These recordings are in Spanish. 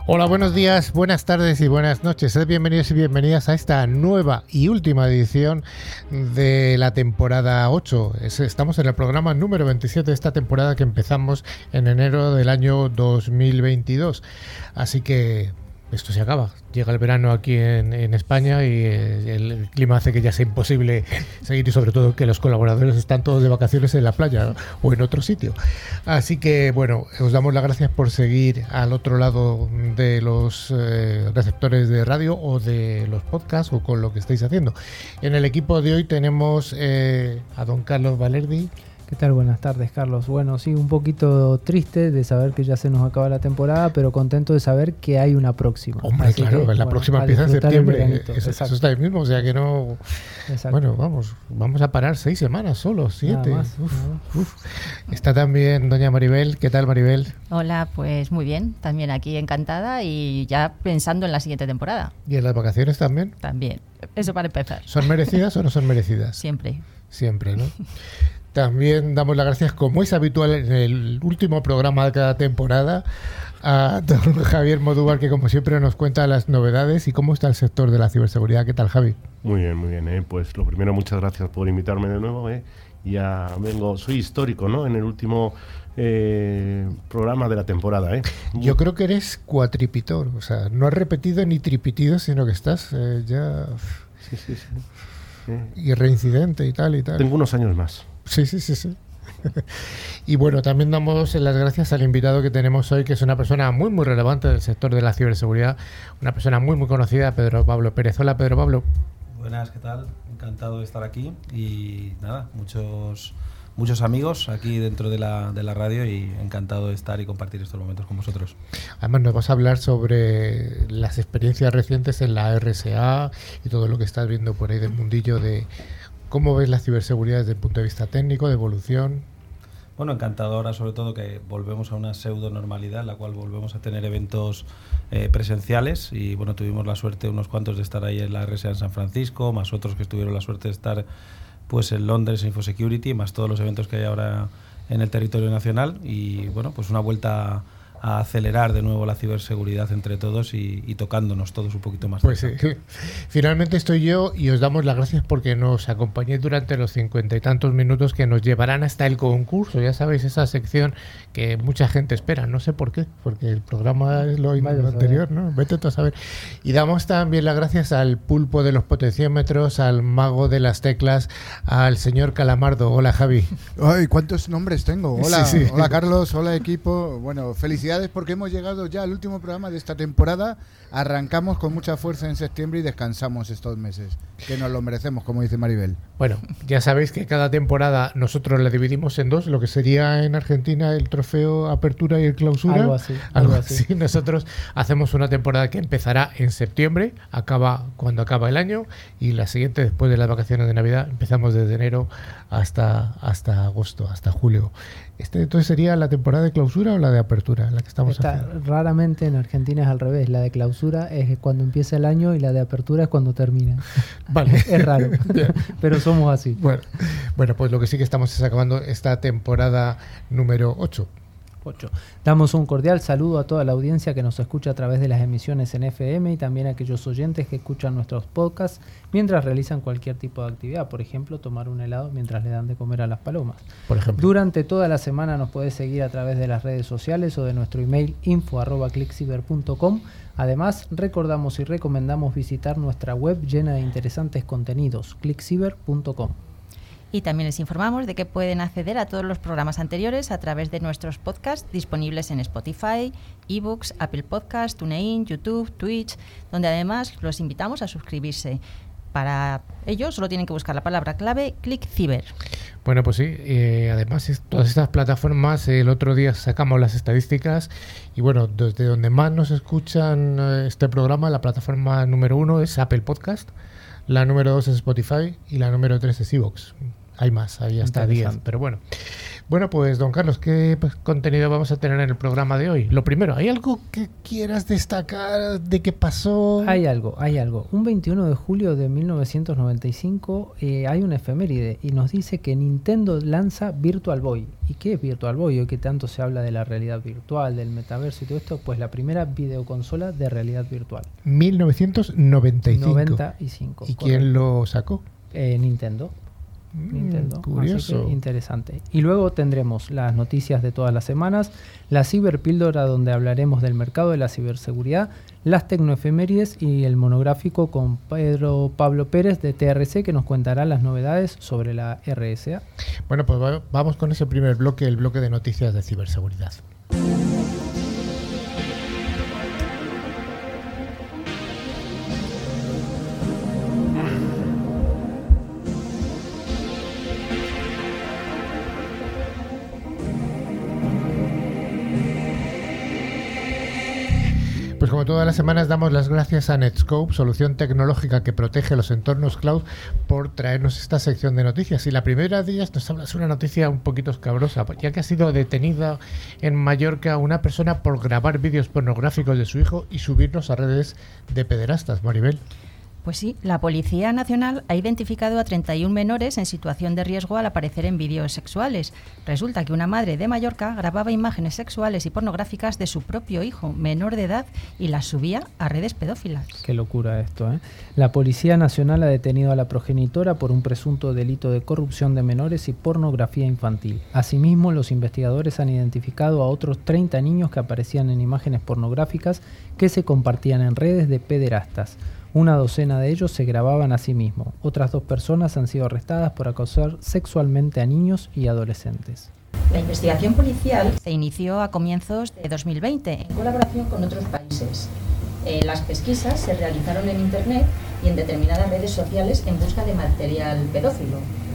Hola, buenos días, buenas tardes y buenas noches. Sed bienvenidos y bienvenidas a esta nueva y última edición de la temporada 8. Estamos en el programa número 27 de esta temporada que empezamos en enero del año 2022. Así que esto se acaba. Llega el verano aquí en España y el clima hace que ya sea imposible seguir, y sobre todo que los colaboradores están todos de vacaciones en la playa o en otro sitio. Así que bueno, os damos las gracias por seguir al otro lado de los receptores de radio o de los podcasts o con lo que estáis haciendo. En el equipo de hoy tenemos a don Carlos Valerdi. ¿Qué tal? Buenas tardes, Carlos. Bueno, sí, un poquito triste de saber que ya se nos acaba la temporada, pero contento de saber que hay una próxima. Hombre, así claro, que, la próxima empieza en septiembre. Eso está ahí mismo, o sea que no... Exacto. Bueno, vamos a parar 6 semanas solo, 7. Está también doña Maribel. ¿Qué tal, Maribel? Hola, pues muy bien, también aquí encantada y ya pensando en la siguiente temporada. ¿Y en las vacaciones también? También, eso para empezar. ¿Son merecidas o no son merecidas? Siempre. Siempre, ¿no? También damos las gracias, como es habitual en el último programa de cada temporada, a don Javier Modúvar, que como siempre nos cuenta las novedades y cómo está el sector de la ciberseguridad. ¿Qué tal, Javi? Muy bien. Pues lo primero, muchas gracias por invitarme de nuevo. Ya soy histórico, ¿no? En el último programa de la temporada. Yo creo que eres cuatripitor, o sea, no has repetido ni tripitido, sino que estás ya... Sí. Y reincidente y tal. Tengo unos años más. Sí. Y bueno, también damos las gracias al invitado que tenemos hoy, que es una persona muy relevante del sector de la ciberseguridad, una persona muy conocida, Pedro Pablo Pérez. Hola, Pedro Pablo. Buenas, ¿qué tal? Encantado de estar aquí y nada, muchos amigos aquí dentro de la radio y encantado de estar y compartir estos momentos con vosotros. Además nos vas a hablar sobre las experiencias recientes en la RSA y todo lo que estás viendo por ahí del mundillo de cómo ves la ciberseguridad desde el punto de vista técnico, de evolución. Bueno, encantado ahora sobre todo que volvemos a una pseudo normalidad en la cual volvemos a tener eventos presenciales y bueno, tuvimos la suerte unos cuantos de estar ahí en la RSA en San Francisco, más otros que tuvieron la suerte de estar pues en Londres InfoSecurity, más todos los eventos que hay ahora en el territorio nacional y bueno, pues una vuelta a acelerar de nuevo la ciberseguridad entre todos y tocándonos todos un poquito más. Pues sí. Finalmente estoy yo y os damos las gracias porque nos acompañéis durante los 50 y tantos minutos que nos llevarán hasta el concurso. Ya sabéis, esa sección que mucha gente espera, no sé por qué, porque el programa es lo anterior, ¿no? Vete tú a saber. Y damos también las gracias al pulpo de los potenciómetros, al mago de las teclas, al señor Calamardo. Hola, Javi. Ay, ¿cuántos nombres tengo? Hola, sí. Hola Carlos, hola equipo. Bueno, felicidades porque hemos llegado ya al último programa de esta temporada. Arrancamos con mucha fuerza en septiembre y descansamos estos meses, que nos lo merecemos, como dice Maribel. Bueno, ya sabéis que cada temporada nosotros la dividimos en dos, lo que sería en Argentina el trofeo Apertura y el Clausura. Algo así. Nosotros hacemos una temporada que empezará en septiembre, acaba cuando acaba el año, y la siguiente, después de las vacaciones de Navidad, empezamos desde enero hasta agosto, hasta julio. Entonces sería la temporada de Clausura o la de Apertura, la que estamos haciendo. Raramente en Argentina es al revés, la de Clausura es cuando empieza el año y la de Apertura es cuando termina. Vale. Es raro, pero somos así. Bueno, pues lo que sí que estamos es acabando esta temporada número 8. Damos un cordial saludo a toda la audiencia que nos escucha a través de las emisiones en FM y también a aquellos oyentes que escuchan nuestros podcasts mientras realizan cualquier tipo de actividad, por ejemplo, tomar un helado mientras le dan de comer a las palomas. Por ejemplo. Durante toda la semana nos podés seguir a través de las redes sociales o de nuestro email info@clickciber.com. Además, recordamos y recomendamos visitar nuestra web llena de interesantes contenidos, clickciber.com. Y también les informamos de que pueden acceder a todos los programas anteriores a través de nuestros podcasts disponibles en Spotify, eBooks, Apple Podcasts, TuneIn, YouTube, Twitch, donde además los invitamos a suscribirse. Para ello solo tienen que buscar la palabra clave ClickCiber. Bueno, pues sí, además todas estas plataformas, el otro día sacamos las estadísticas y bueno, desde donde más nos escuchan este programa, la plataforma número 1 es Apple Podcast, la número 2 es Spotify y la número 3 es eBooks. Hay más, hay hasta 10, pero bueno. Bueno, pues don Carlos, ¿qué contenido vamos a tener en el programa de hoy? Lo primero, ¿hay algo que quieras destacar de qué pasó? Hay algo. Un 21 de julio de 1995 hay una efeméride y nos dice que Nintendo lanza Virtual Boy. ¿Y qué es Virtual Boy? Hoy que tanto se habla de la realidad virtual, del metaverso y todo esto, pues la primera videoconsola de realidad virtual. 1995. 95. ¿Y quién lo sacó? Nintendo. Curioso. Así que interesante. Y luego tendremos las noticias de todas las semanas, la ciberpíldora donde hablaremos del mercado de la ciberseguridad, las tecnoefemérides y el monográfico con Pedro Pablo Pérez de TRC que nos contará las novedades sobre la RSA. Bueno, pues vamos con ese primer bloque, el bloque de noticias de ciberseguridad. Pues como todas las semanas damos las gracias a Netscope, solución tecnológica que protege los entornos cloud, por traernos esta sección de noticias. Y la primera de ellas nos habla de una noticia un poquito escabrosa, ya que ha sido detenida en Mallorca una persona por grabar vídeos pornográficos de su hijo y subirlos a redes de pederastas. Maribel. Pues sí, la Policía Nacional ha identificado a 31 menores en situación de riesgo al aparecer en vídeos sexuales. Resulta que una madre de Mallorca grababa imágenes sexuales y pornográficas de su propio hijo, menor de edad, y las subía a redes pedófilas. Qué locura esto, ¿eh? La Policía Nacional ha detenido a la progenitora por un presunto delito de corrupción de menores y pornografía infantil. Asimismo, los investigadores han identificado a otros 30 niños que aparecían en imágenes pornográficas que se compartían en redes de pederastas. Una docena de ellos se grababan a sí mismos. Otras 2 personas han sido arrestadas por acosar sexualmente a niños y adolescentes. La investigación policial se inició a comienzos de 2020 en colaboración con otros países. Las pesquisas se realizaron en Internet y en determinadas redes sociales en busca de material pedófilo.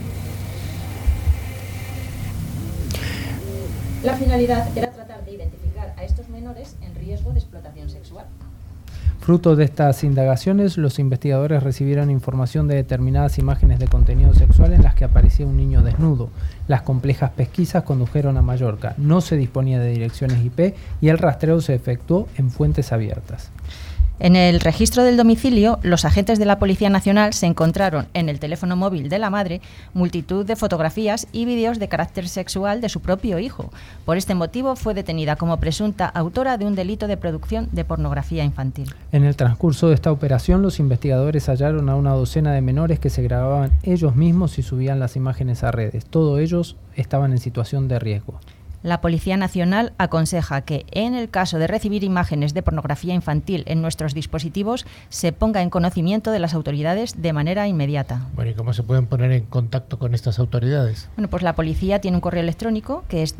La finalidad era tratar de identificar a estos menores en riesgo de explotación sexual. Fruto de estas indagaciones, los investigadores recibieron información de determinadas imágenes de contenido sexual en las que aparecía un niño desnudo. Las complejas pesquisas condujeron a Mallorca. No se disponía de direcciones IP y el rastreo se efectuó en fuentes abiertas. En el registro del domicilio, los agentes de la Policía Nacional se encontraron en el teléfono móvil de la madre multitud de fotografías y vídeos de carácter sexual de su propio hijo. Por este motivo fue detenida como presunta autora de un delito de producción de pornografía infantil. En el transcurso de esta operación, los investigadores hallaron a una docena de menores que se grababan ellos mismos y subían las imágenes a redes. Todos ellos estaban en situación de riesgo. La Policía Nacional aconseja que, en el caso de recibir imágenes de pornografía infantil en nuestros dispositivos, se ponga en conocimiento de las autoridades de manera inmediata. Bueno, ¿y cómo se pueden poner en contacto con estas autoridades? Bueno, pues la policía tiene un correo electrónico que es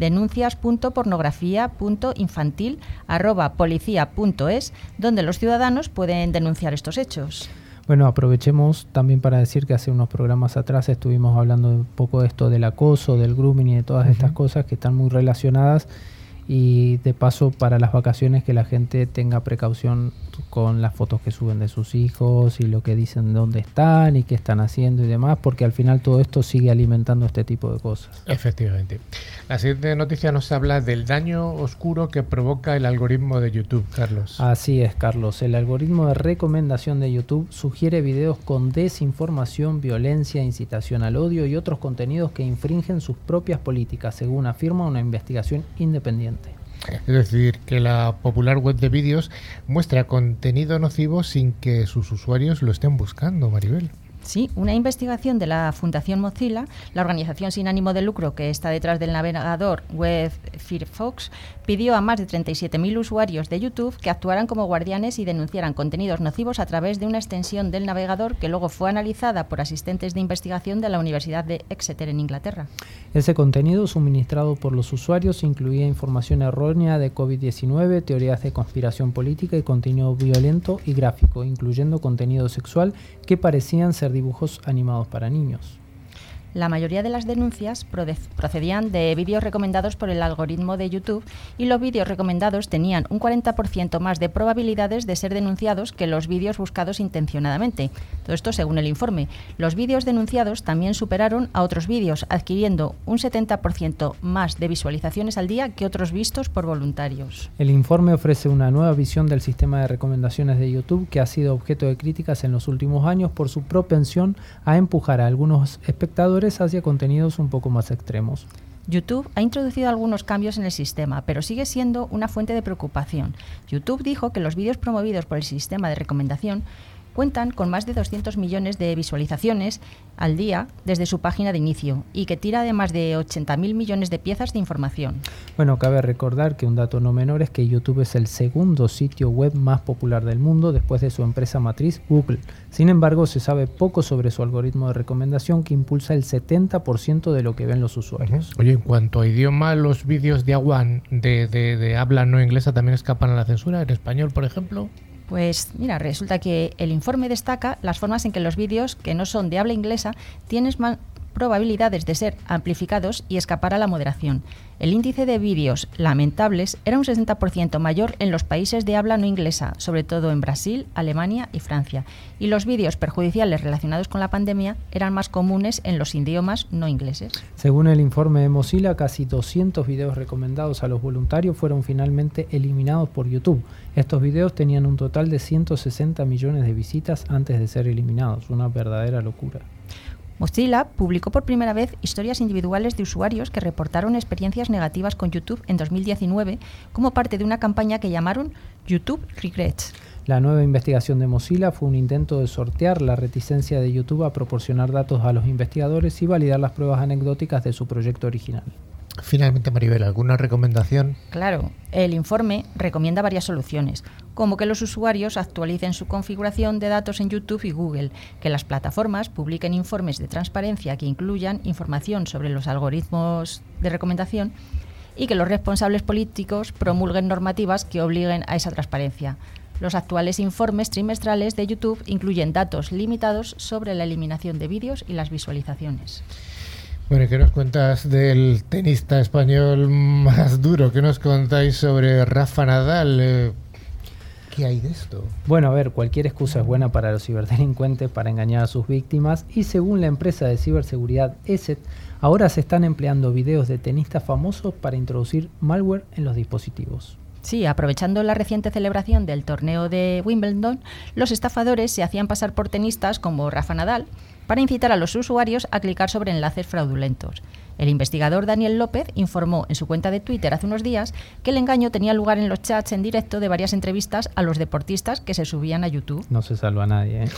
denuncias.pornografía.infantil@policia.es, donde los ciudadanos pueden denunciar estos hechos. Bueno, aprovechemos también para decir que hace unos programas atrás estuvimos hablando un poco de esto del acoso, del grooming y de todas estas cosas que están muy relacionadas, y de paso para las vacaciones que la gente tenga precaución con las fotos que suben de sus hijos y lo que dicen dónde están y qué están haciendo y demás, porque al final todo esto sigue alimentando este tipo de cosas. Efectivamente. La siguiente noticia nos habla del daño oscuro que provoca el algoritmo de YouTube, Carlos. Así es, Carlos. El algoritmo de recomendación de YouTube sugiere videos con desinformación, violencia, incitación al odio y otros contenidos que infringen sus propias políticas, según afirma una investigación independiente. Es decir, que la popular web de vídeos muestra contenido nocivo sin que sus usuarios lo estén buscando, Maribel. Sí, una investigación de la Fundación Mozilla, la organización sin ánimo de lucro que está detrás del navegador web Firefox, pidió a más de 37.000 usuarios de YouTube que actuaran como guardianes y denunciaran contenidos nocivos a través de una extensión del navegador que luego fue analizada por asistentes de investigación de la Universidad de Exeter en Inglaterra. Ese contenido suministrado por los usuarios incluía información errónea de COVID-19, teorías de conspiración política y contenido violento y gráfico, incluyendo contenido sexual que parecían ser dibujos animados para niños. La mayoría de las denuncias procedían de vídeos recomendados por el algoritmo de YouTube y los vídeos recomendados tenían un 40% más de probabilidades de ser denunciados que los vídeos buscados intencionadamente. Todo esto según el informe. Los vídeos denunciados también superaron a otros vídeos, adquiriendo un 70% más de visualizaciones al día que otros vistos por voluntarios. El informe ofrece una nueva visión del sistema de recomendaciones de YouTube que ha sido objeto de críticas en los últimos años por su propensión a empujar a algunos espectadores hacia contenidos un poco más extremos. YouTube ha introducido algunos cambios en el sistema, pero sigue siendo una fuente de preocupación. YouTube dijo que los vídeos promovidos por el sistema de recomendación cuentan con más de 200 millones de visualizaciones al día desde su página de inicio y que tira de más de 80.000 millones de piezas de información. Bueno, cabe recordar que un dato no menor es que YouTube es el segundo sitio web más popular del mundo después de su empresa matriz Google. Sin embargo, se sabe poco sobre su algoritmo de recomendación que impulsa el 70% de lo que ven los usuarios. Oye, en cuanto a idioma, los vídeos de de habla no inglesa también escapan a la censura, en español, por ejemplo. Pues mira, resulta que el informe destaca las formas en que los vídeos que no son de habla inglesa tienen más probabilidades de ser amplificados y escapar a la moderación. El índice de vídeos lamentables era un 60% mayor en los países de habla no inglesa, sobre todo en Brasil, Alemania y Francia. Y los vídeos perjudiciales relacionados con la pandemia eran más comunes en los idiomas no ingleses. Según el informe de Mozilla, casi 200 videos recomendados a los voluntarios fueron finalmente eliminados por YouTube. Estos videos tenían un total de 160 millones de visitas antes de ser eliminados. Una verdadera locura. Mozilla publicó por primera vez historias individuales de usuarios que reportaron experiencias negativas con YouTube en 2019 como parte de una campaña que llamaron YouTube Regrets. La nueva investigación de Mozilla fue un intento de sortear la reticencia de YouTube a proporcionar datos a los investigadores y validar las pruebas anecdóticas de su proyecto original. Finalmente, Maribel, ¿alguna recomendación? Claro, el informe recomienda varias soluciones, como que los usuarios actualicen su configuración de datos en YouTube y Google, que las plataformas publiquen informes de transparencia que incluyan información sobre los algoritmos de recomendación y que los responsables políticos promulguen normativas que obliguen a esa transparencia. Los actuales informes trimestrales de YouTube incluyen datos limitados sobre la eliminación de vídeos y las visualizaciones. Bueno, ¿qué nos cuentas del tenista español más duro? ¿Qué nos contáis sobre Rafa Nadal? ¿Qué hay de esto? Bueno, a ver, cualquier excusa es buena para los ciberdelincuentes para engañar a sus víctimas y según la empresa de ciberseguridad ESET, ahora se están empleando videos de tenistas famosos para introducir malware en los dispositivos. Sí, aprovechando la reciente celebración del torneo de Wimbledon, los estafadores se hacían pasar por tenistas como Rafa Nadal para incitar a los usuarios a clicar sobre enlaces fraudulentos. El investigador Daniel López informó en su cuenta de Twitter hace unos días que el engaño tenía lugar en los chats en directo de varias entrevistas a los deportistas que se subían a YouTube. No se salva a nadie, ¿eh?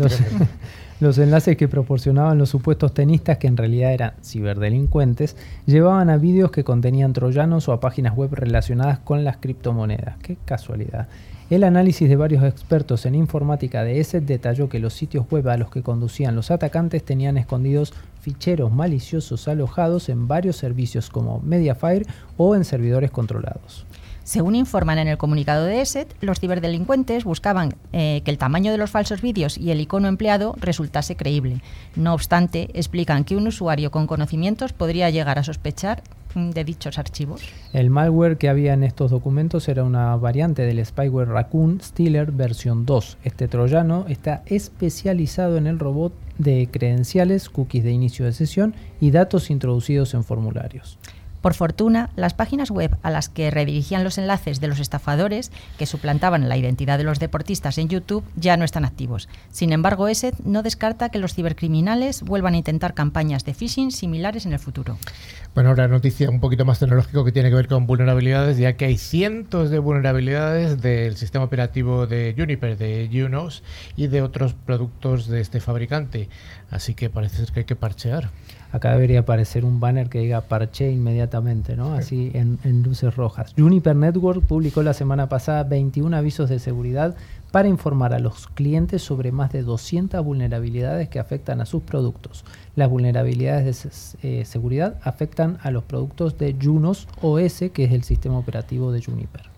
Los enlaces que proporcionaban los supuestos tenistas, que en realidad eran ciberdelincuentes, llevaban a vídeos que contenían troyanos o a páginas web relacionadas con las criptomonedas. ¡Qué casualidad! El análisis de varios expertos en informática de ESET detalló que los sitios web a los que conducían los atacantes tenían escondidos ficheros maliciosos alojados en varios servicios como Mediafire o en servidores controlados. Según informan en el comunicado de ESET, los ciberdelincuentes buscaban que el tamaño de los falsos vídeos y el icono empleado resultase creíble. No obstante, explican que un usuario con conocimientos podría llegar a sospechar de dichos archivos. El malware que había en estos documentos era una variante del spyware Raccoon Stealer versión 2. Este troyano está especializado en el robot de credenciales, cookies de inicio de sesión y datos introducidos en formularios. Por fortuna, las páginas web a las que redirigían los enlaces de los estafadores, que suplantaban la identidad de los deportistas en YouTube, ya no están activos. Sin embargo, ESET no descarta que los cibercriminales vuelvan a intentar campañas de phishing similares en el futuro. Bueno, ahora noticia un poquito más tecnológico que tiene que ver con vulnerabilidades, ya que hay cientos de vulnerabilidades del sistema operativo de Juniper, de Junos y de otros productos de este fabricante. Así que parece ser que hay que parchear. Acá debería aparecer un banner que diga parche inmediatamente, ¿no? Así en luces rojas. Juniper Network publicó la semana pasada 21 avisos de seguridad para informar a los clientes sobre más de 200 vulnerabilidades que afectan a sus productos. Las vulnerabilidades de seguridad afectan a los productos de Junos OS, que es el sistema operativo de Juniper.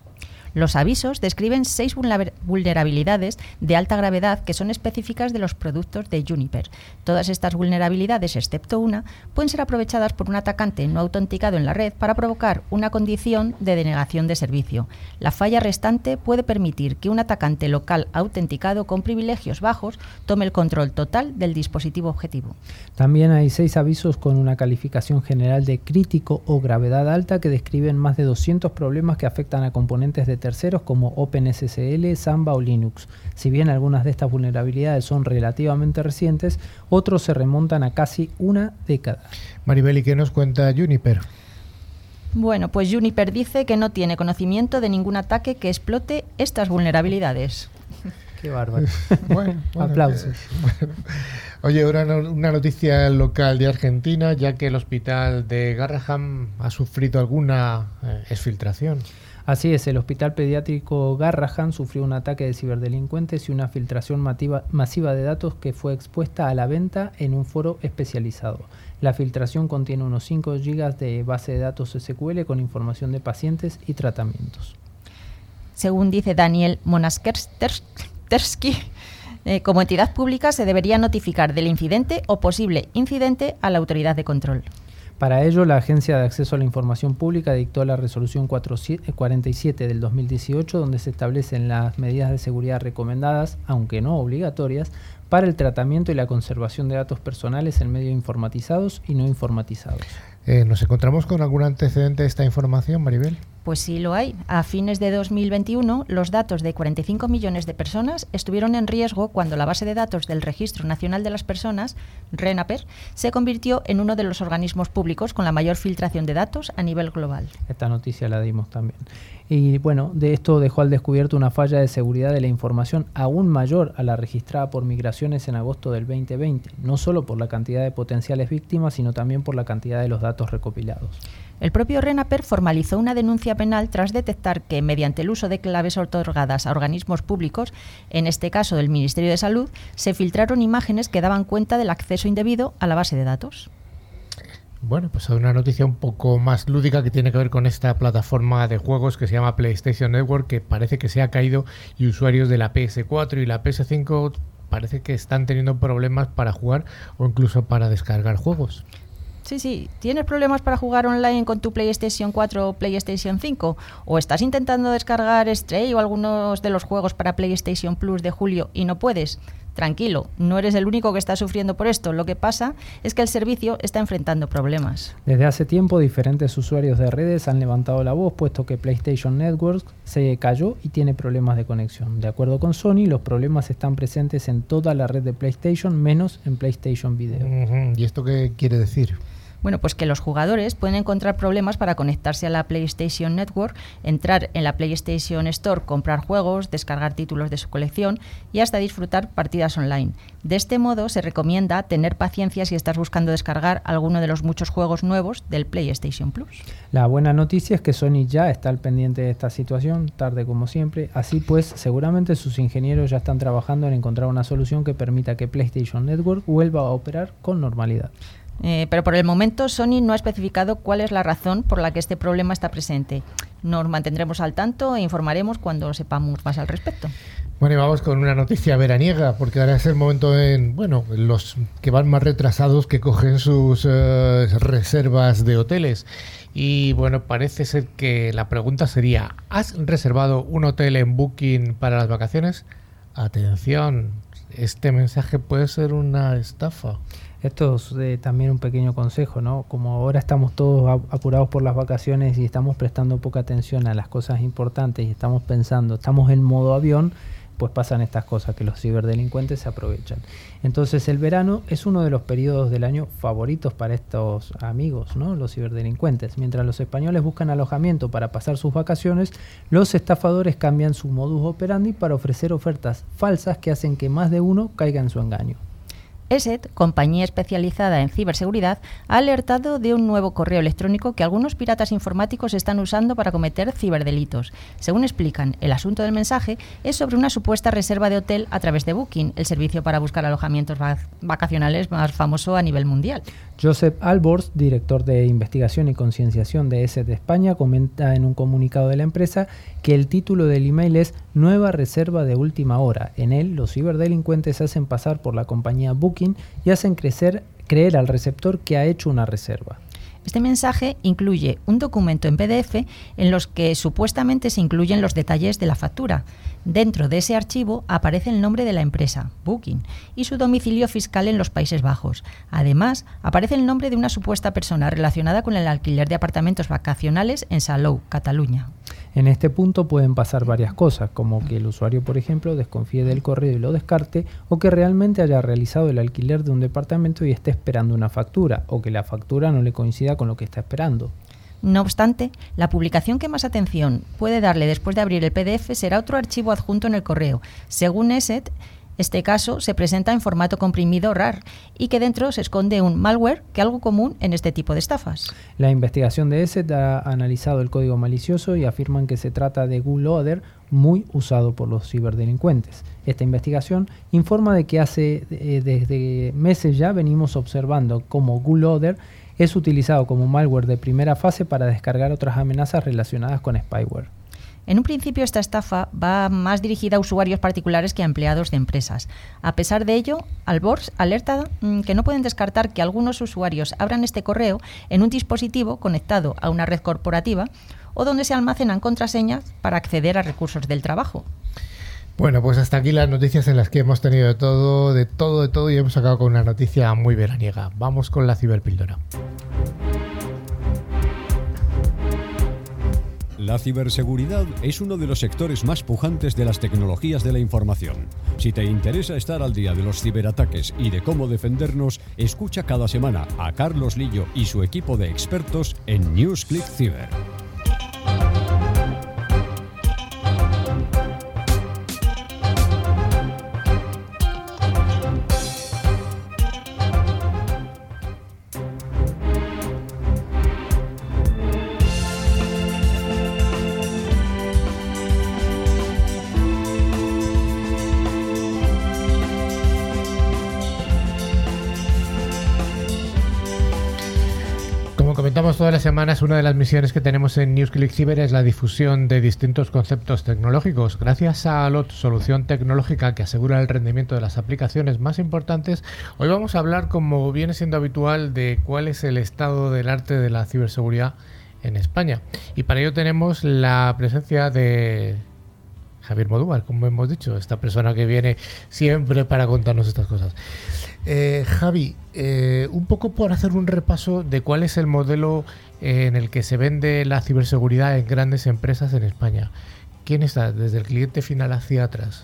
Los avisos describen 6 vulnerabilidades de alta gravedad que son específicas de los productos de Juniper. Todas estas vulnerabilidades, excepto una, pueden ser aprovechadas por un atacante no autenticado en la red para provocar una condición de denegación de servicio. La falla restante puede permitir que un atacante local autenticado con privilegios bajos tome el control total del dispositivo objetivo. También hay 6 avisos con una calificación general de crítico o gravedad alta que describen más de 200 problemas que afectan a componentes de terceros como OpenSSL, Samba o Linux. Si bien algunas de estas vulnerabilidades son relativamente recientes, otros se remontan a casi una década. Maribel, ¿y qué nos cuenta Juniper? Bueno, pues Juniper dice que no tiene conocimiento de ningún ataque que explote estas vulnerabilidades. Qué bárbaro. Bueno, aplausos. Oye, ahora una noticia local de Argentina, ya que el hospital de Garrahan ha sufrido alguna exfiltración. Así es, el Hospital Pediátrico Garrahan sufrió un ataque de ciberdelincuentes y una filtración masiva de datos que fue expuesta a la venta en un foro especializado. La filtración contiene unos 5 GB de base de datos SQL con información de pacientes y tratamientos. Según dice Daniel Monaskerski, como entidad pública se debería notificar del incidente o posible incidente a la autoridad de control. Para ello, la Agencia de Acceso a la Información Pública dictó la Resolución 47 del 2018, donde se establecen las medidas de seguridad recomendadas, aunque no obligatorias, para el tratamiento y la conservación de datos personales en medios informatizados y no informatizados. ¿Nos encontramos con algún antecedente de esta información, Maribel? Pues sí lo hay. A fines de 2021, los datos de 45 millones de personas estuvieron en riesgo cuando la base de datos del Registro Nacional de las Personas, RENAPER, se convirtió en uno de los organismos públicos con la mayor filtración de datos a nivel global. Esta noticia la dimos también. Y bueno, de esto dejó al descubierto una falla de seguridad de la información aún mayor a la registrada por Migraciones en agosto del 2020, no solo por la cantidad de potenciales víctimas, sino también por la cantidad de los datos recopilados. El propio RENAPER formalizó una denuncia penal tras detectar que, mediante el uso de claves otorgadas a organismos públicos, en este caso del Ministerio de Salud, se filtraron imágenes que daban cuenta del acceso indebido a la base de datos. Bueno, pues hay una noticia un poco más lúdica que tiene que ver con esta plataforma de juegos que se llama PlayStation Network, que parece que se ha caído y usuarios de la PS4 y la PS5 parece que están teniendo problemas para jugar o incluso para descargar juegos. Sí, ¿tienes problemas para jugar online con tu PlayStation 4 o PlayStation 5? ¿O estás intentando descargar Stray o algunos de los juegos para PlayStation Plus de julio y no puedes? Tranquilo, no eres el único que está sufriendo por esto. Lo que pasa es que el servicio está enfrentando problemas. Desde hace tiempo, diferentes usuarios de redes han levantado la voz, puesto que PlayStation Network se cayó y tiene problemas de conexión. De acuerdo con Sony, los problemas están presentes en toda la red de PlayStation, menos en PlayStation Video. ¿Y esto qué quiere decir? Bueno, pues que los jugadores pueden encontrar problemas para conectarse a la PlayStation Network, entrar en la PlayStation Store, comprar juegos, descargar títulos de su colección y hasta disfrutar partidas online. De este modo, se recomienda tener paciencia si estás buscando descargar alguno de los muchos juegos nuevos del PlayStation Plus. La buena noticia es que Sony ya está al pendiente de esta situación, tarde como siempre. Así pues, seguramente sus ingenieros ya están trabajando en encontrar una solución que permita que PlayStation Network vuelva a operar con normalidad. Pero por el momento Sony no ha especificado cuál es la razón por la que este problema está presente. Nos mantendremos al tanto e informaremos cuando sepamos más al respecto. Bueno, y vamos con una noticia veraniega, porque ahora es el momento los que van más retrasados que cogen sus reservas de hoteles. Y bueno, parece ser que la pregunta sería, ¿has reservado un hotel en Booking para las vacaciones? Atención, este mensaje puede ser una estafa. Esto es también un pequeño consejo, ¿no? Como ahora estamos todos apurados por las vacaciones y estamos prestando poca atención a las cosas importantes y estamos en modo avión, pues pasan estas cosas que los ciberdelincuentes se aprovechan. Entonces el verano es uno de los periodos del año favoritos para estos amigos, ¿no? Los ciberdelincuentes. Mientras los españoles buscan alojamiento para pasar sus vacaciones, los estafadores cambian su modus operandi para ofrecer ofertas falsas que hacen que más de uno caiga en su engaño. ESET, compañía especializada en ciberseguridad, ha alertado de un nuevo correo electrónico que algunos piratas informáticos están usando para cometer ciberdelitos. Según explican, el asunto del mensaje es sobre una supuesta reserva de hotel a través de Booking, el servicio para buscar alojamientos vacacionales más famoso a nivel mundial. Josep Albors, director de investigación y concienciación de ESET España, comenta en un comunicado de la empresa que el título del email es Nueva reserva de última hora. En él, los ciberdelincuentes hacen pasar por la compañía Booking y hacen creer al receptor que ha hecho una reserva. Este mensaje incluye un documento en PDF en los que supuestamente se incluyen los detalles de la factura. Dentro de ese archivo aparece el nombre de la empresa, Booking, y su domicilio fiscal en los Países Bajos. Además, aparece el nombre de una supuesta persona relacionada con el alquiler de apartamentos vacacionales en Salou, Cataluña. En este punto pueden pasar varias cosas, como que el usuario, por ejemplo, desconfíe del correo y lo descarte, o que realmente haya realizado el alquiler de un departamento y esté esperando una factura, o que la factura no le coincida con lo que está esperando. No obstante, la publicación que más atención puede darle después de abrir el PDF será otro archivo adjunto en el correo. Según ESET, este caso se presenta en formato comprimido RAR y que dentro se esconde un malware, que es algo común en este tipo de estafas. La investigación de ESET ha analizado el código malicioso y afirman que se trata de bootloader muy usado por los ciberdelincuentes. Esta investigación informa de que desde meses ya venimos observando cómo bootloader es utilizado como malware de primera fase para descargar otras amenazas relacionadas con spyware. En un principio, esta estafa va más dirigida a usuarios particulares que a empleados de empresas. A pesar de ello, Albors alerta que no pueden descartar que algunos usuarios abran este correo en un dispositivo conectado a una red corporativa o donde se almacenan contraseñas para acceder a recursos del trabajo. Bueno, pues hasta aquí las noticias en las que hemos tenido de todo y hemos acabado con una noticia muy veraniega. Vamos con la ciberpíldora. La ciberseguridad es uno de los sectores más pujantes de las tecnologías de la información. Si te interesa estar al día de los ciberataques y de cómo defendernos, escucha cada semana a Carlos Lillo y su equipo de expertos en NewsClick Ciber. Comentamos todas las semanas, una de las misiones que tenemos en NewsClick Cyber es la difusión de distintos conceptos tecnológicos. Gracias a Alot, solución tecnológica que asegura el rendimiento de las aplicaciones más importantes, hoy vamos a hablar, como viene siendo habitual, de cuál es el estado del arte de la ciberseguridad en España. Y para ello tenemos la presencia de Javier Modúvar, como hemos dicho, esta persona que viene siempre para contarnos estas cosas. Javi, un poco por hacer un repaso de cuál es el modelo en el que se vende la ciberseguridad en grandes empresas en España. ¿Quién está desde el cliente final hacia atrás?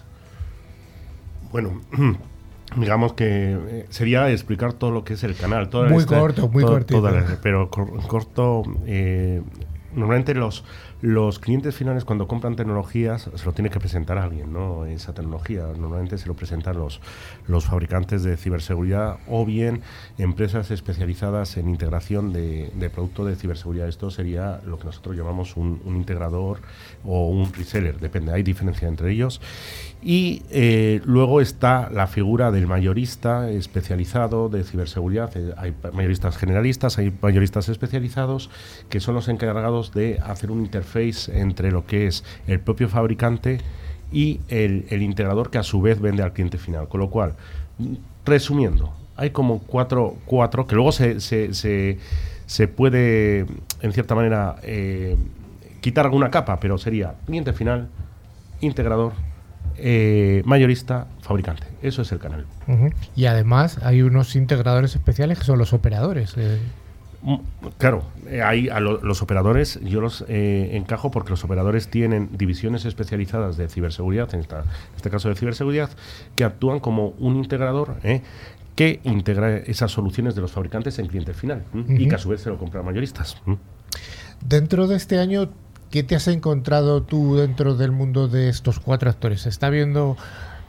Bueno, digamos que sería explicar todo lo que es el canal. Muy cortito. Pero corto, normalmente los clientes finales, cuando compran tecnologías, se lo tiene que presentar a alguien, ¿no? Esa tecnología normalmente se lo presentan los fabricantes de ciberseguridad o bien empresas especializadas en integración de productos de ciberseguridad. Esto sería lo que nosotros llamamos un integrador o un reseller, depende, hay diferencia entre ellos. Y luego está la figura del mayorista especializado de ciberseguridad. Hay mayoristas generalistas, hay mayoristas especializados, que son los encargados de hacer un interface entre lo que es el propio fabricante y el integrador, que a su vez vende al cliente final. Con lo cual, resumiendo, hay como cuatro que luego se puede, en cierta manera, quitar alguna capa, pero sería cliente final, integrador, mayorista, fabricante. Eso es el canal. Uh-huh. Y además hay unos integradores especiales que son los operadores. Claro, hay los operadores, yo los encajo porque los operadores tienen divisiones especializadas de ciberseguridad, en este caso de ciberseguridad, que actúan como un integrador que integra esas soluciones de los fabricantes en cliente final, y que a su vez se lo compran mayoristas. Dentro de este año, ¿qué te has encontrado tú dentro del mundo de estos cuatro actores? ¿Se está viendo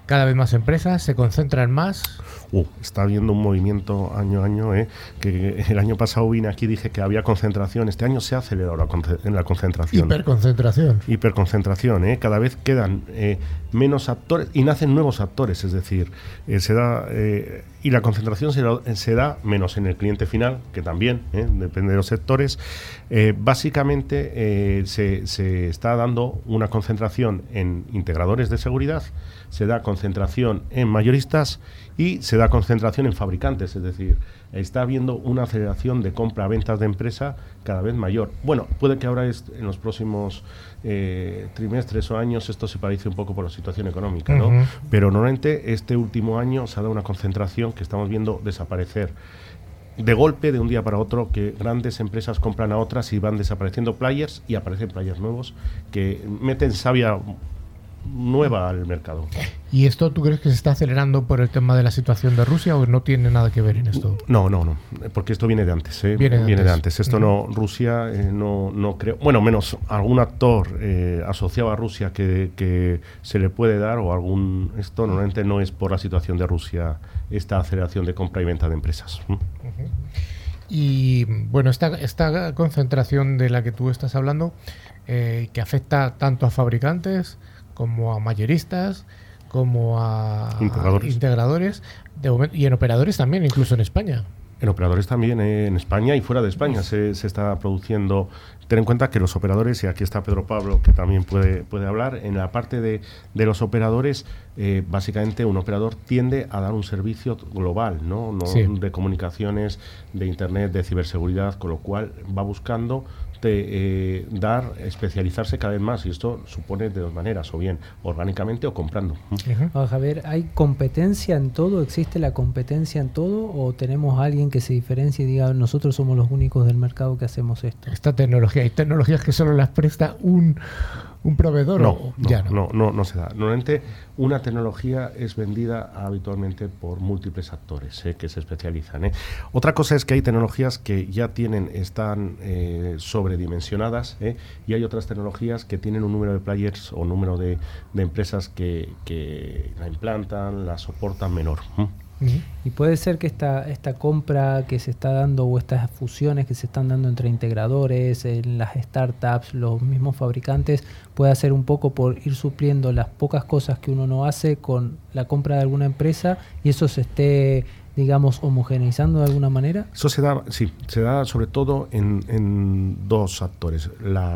cada vez más empresas, se concentran más. Está habiendo un movimiento año a año, que el año pasado vine aquí y dije que había concentración. Este año se ha acelerado la concentración. Hiperconcentración, cada vez quedan menos actores y nacen nuevos actores, es decir, y la concentración se da menos en el cliente final, que también depende de los sectores. Básicamente se está dando una concentración en integradores de seguridad, se da concentración en mayoristas y se da concentración en fabricantes, es decir, está habiendo una aceleración de compra-ventas de empresa cada vez mayor. Bueno, puede que ahora en los próximos trimestres o años esto se paralice un poco por la situación económica, ¿no? Pero normalmente este último año se ha dado una concentración que estamos viendo desaparecer de golpe, de un día para otro, que grandes empresas compran a otras y van desapareciendo players y aparecen players nuevos que meten savia nueva al mercado. ¿Y esto tú crees que se está acelerando por el tema de la situación de Rusia o no tiene nada que ver en esto? No, porque esto viene de antes. Viene de antes. Esto no, Rusia no creo, bueno, menos algún actor asociado a Rusia que se le puede dar o algún, esto normalmente no es por la situación de Rusia, esta aceleración de compra y venta de empresas. Y bueno, esta concentración de la que tú estás hablando, que afecta tanto a fabricantes como a mayoristas, como a integradores y en operadores también, incluso en España. En operadores también, en España y fuera de España se está produciendo. Ten en cuenta que los operadores, y aquí está Pedro Pablo, que también puede hablar, en la parte de los operadores, básicamente un operador tiende a dar un servicio global, ¿no? Sí. De comunicaciones, de Internet, de ciberseguridad, con lo cual va buscando especializarse cada vez más, y esto supone de dos maneras, o bien orgánicamente o comprando. Javier, ¿hay competencia en todo? ¿Existe la competencia en todo? ¿O tenemos a alguien que se diferencie y diga, nosotros somos los únicos del mercado que hacemos esto? Esta tecnología, hay tecnologías que solo las presta un proveedor. No se da. Normalmente una tecnología es vendida habitualmente por múltiples actores que se especializan. Otra cosa es que hay tecnologías que ya están sobredimensionadas, y hay otras tecnologías que tienen un número de players o número de empresas que la implantan, la soportan menor. Y puede ser que esta compra que se está dando o estas fusiones que se están dando entre integradores, en las startups, los mismos fabricantes, puede ser un poco por ir supliendo las pocas cosas que uno no hace con la compra de alguna empresa y eso se esté, digamos, homogeneizando de alguna manera. Eso se da sobre todo en dos actores.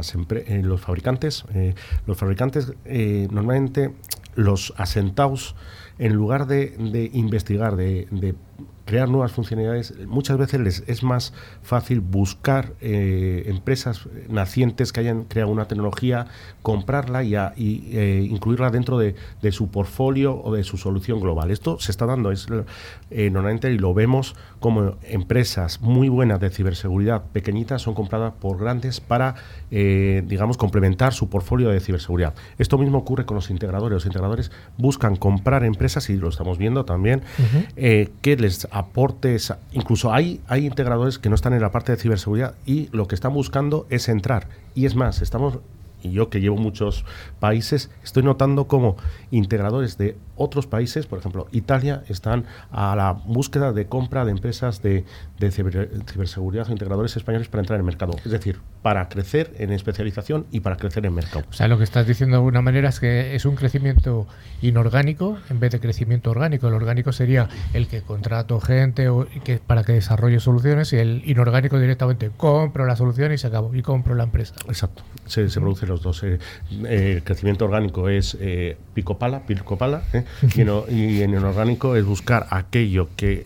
Los fabricantes. Los fabricantes normalmente los asentados, en lugar de investigar, de crear nuevas funcionalidades, muchas veces les es más fácil buscar empresas nacientes que hayan creado una tecnología, comprarla y incluirla dentro de su portfolio o de su solución global. Esto se está dando normalmente, y lo vemos como empresas muy buenas de ciberseguridad pequeñitas son compradas por grandes para, digamos, complementar su portfolio de ciberseguridad. Esto mismo ocurre con los integradores. Los integradores buscan comprar empresas, y lo estamos viendo también, que les aportes. Incluso hay integradores que no están en la parte de ciberseguridad y lo que están buscando es entrar. Y es más, y yo que llevo muchos países, estoy notando como integradores de otros países, por ejemplo, Italia, están a la búsqueda de compra de empresas de ciberseguridad o integradores españoles para entrar en el mercado. Es decir, para crecer en especialización y para crecer en mercado. O sea, lo que estás diciendo de alguna manera es que es un crecimiento inorgánico en vez de crecimiento orgánico. El orgánico sería el que contrato gente para que desarrolle soluciones, y el inorgánico directamente compro la solución y se acabó, y compro la empresa. Exacto, se producen los dos. El crecimiento orgánico es pico pala, y en el orgánico es buscar aquello que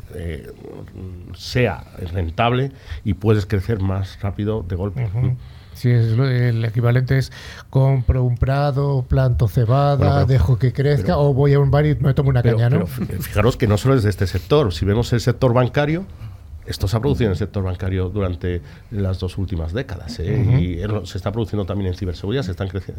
sea rentable y puedes crecer más rápido de golpe. Sí, el equivalente es compro un prado, planto cebada, dejo que crezca, o voy a un bar y me tomo una caña, ¿no? Pero fijaros que no solo es de este sector. Si vemos el sector bancario, esto se ha producido en el sector bancario durante las 2 últimas décadas, y se está produciendo también en ciberseguridad, se están creciendo,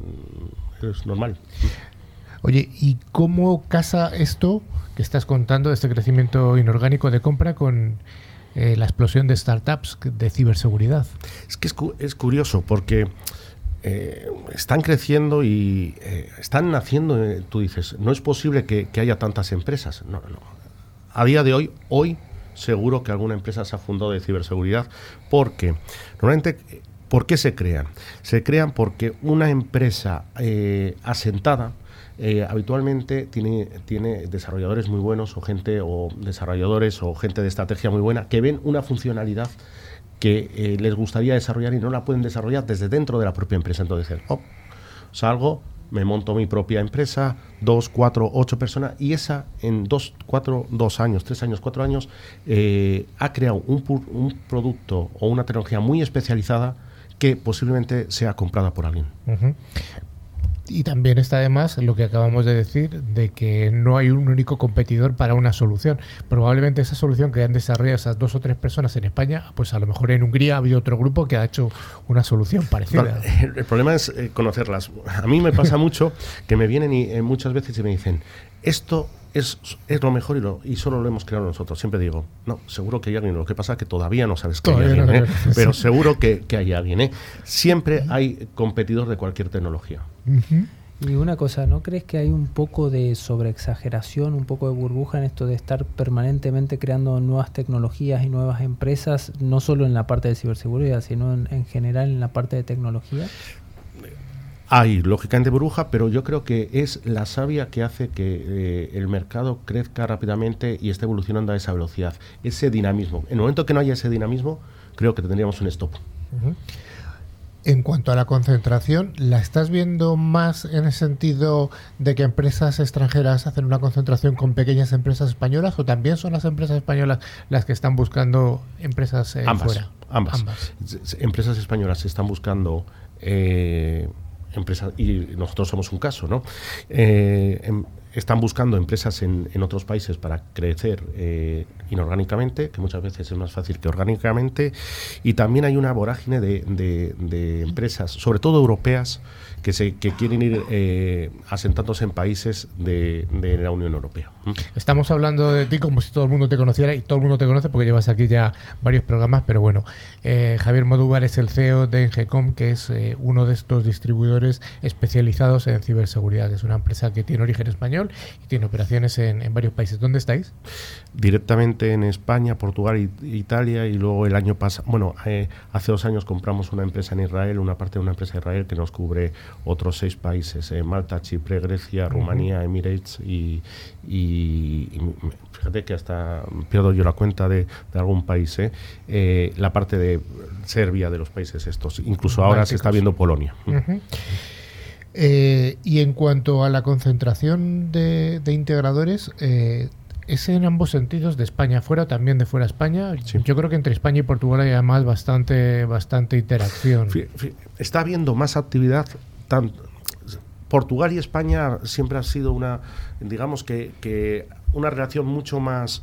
es normal. Oye, ¿y cómo casa esto que estás contando, este crecimiento inorgánico de compra, con la explosión de startups de ciberseguridad? Es que es curioso, porque están creciendo y están naciendo. Tú dices, no es posible que haya tantas empresas. No. A día de hoy seguro que alguna empresa se ha fundado de ciberseguridad, porque normalmente, ¿por qué se crean? Se crean porque una empresa asentada habitualmente tiene desarrolladores muy buenos o desarrolladores o gente de estrategia muy buena que ven una funcionalidad que les gustaría desarrollar y no la pueden desarrollar desde dentro de la propia empresa. Entonces dicen, salgo, me monto mi propia empresa, 2, 4, 8 personas, y esa en 2 años, 3 años, 4 años, ha creado un producto o una tecnología muy especializada que posiblemente sea comprada por alguien. Uh-huh. Y también está además lo que acabamos de decir, de que no hay un único competidor para una solución. Probablemente esa solución que han desarrollado esas 2 o 3 personas en España, pues a lo mejor en Hungría ha habido otro grupo que ha hecho una solución parecida. El problema es conocerlas. A mí me pasa mucho que me vienen muchas veces y me dicen, esto es lo mejor y solo lo hemos creado nosotros. Siempre digo, no, seguro que hay alguien. Lo que pasa es que todavía no sabes que hay alguien, pero seguro que hay alguien. Siempre hay competidor de cualquier tecnología. Uh-huh. Y una cosa, ¿no crees que hay un poco de sobreexageración, un poco de burbuja en esto de estar permanentemente creando nuevas tecnologías y nuevas empresas, no solo en la parte de ciberseguridad, sino en general en la parte de tecnología? Hay, lógicamente, burbuja, pero yo creo que es la savia que hace que el mercado crezca rápidamente y esté evolucionando a esa velocidad, ese dinamismo. En el momento que no haya ese dinamismo, creo que tendríamos un stop. Uh-huh. En cuanto a la concentración, ¿la estás viendo más en el sentido de que empresas extranjeras hacen una concentración con pequeñas empresas españolas, o también son las empresas españolas las que están buscando empresas fuera? Ambas. Empresas españolas están buscando empresas, y nosotros somos un caso, ¿no? Están buscando empresas en otros países para crecer inorgánicamente, que muchas veces es más fácil que orgánicamente, y también hay una vorágine de empresas, sobre todo europeas, que quieren ir asentándose en países de la Unión Europea. Estamos hablando de ti como si todo el mundo te conociera, y todo el mundo te conoce porque llevas aquí ya varios programas, pero bueno, Javier Modúvar es el CEO de Engecom, que es uno de estos distribuidores especializados en ciberseguridad. Es una empresa que tiene origen español y tiene operaciones en varios países. ¿Dónde estáis? Directamente en España, Portugal e Italia, y luego el año pasado, hace 2 años compramos una empresa en Israel, una parte de una empresa de Israel que nos cubre otros 6 países, Malta, Chipre, Grecia, Rumanía, Emirates y fíjate que hasta pierdo yo la cuenta de algún país, la parte de Serbia, de los países estos, incluso ahora se está viendo Polonia. Uh-huh. Y en cuanto a la concentración de integradores, ¿es en ambos sentidos, de España afuera, también de fuera de España? Sí. Yo creo que entre España y Portugal hay además bastante interacción. Está habiendo más actividad. Portugal y España siempre ha sido una relación mucho más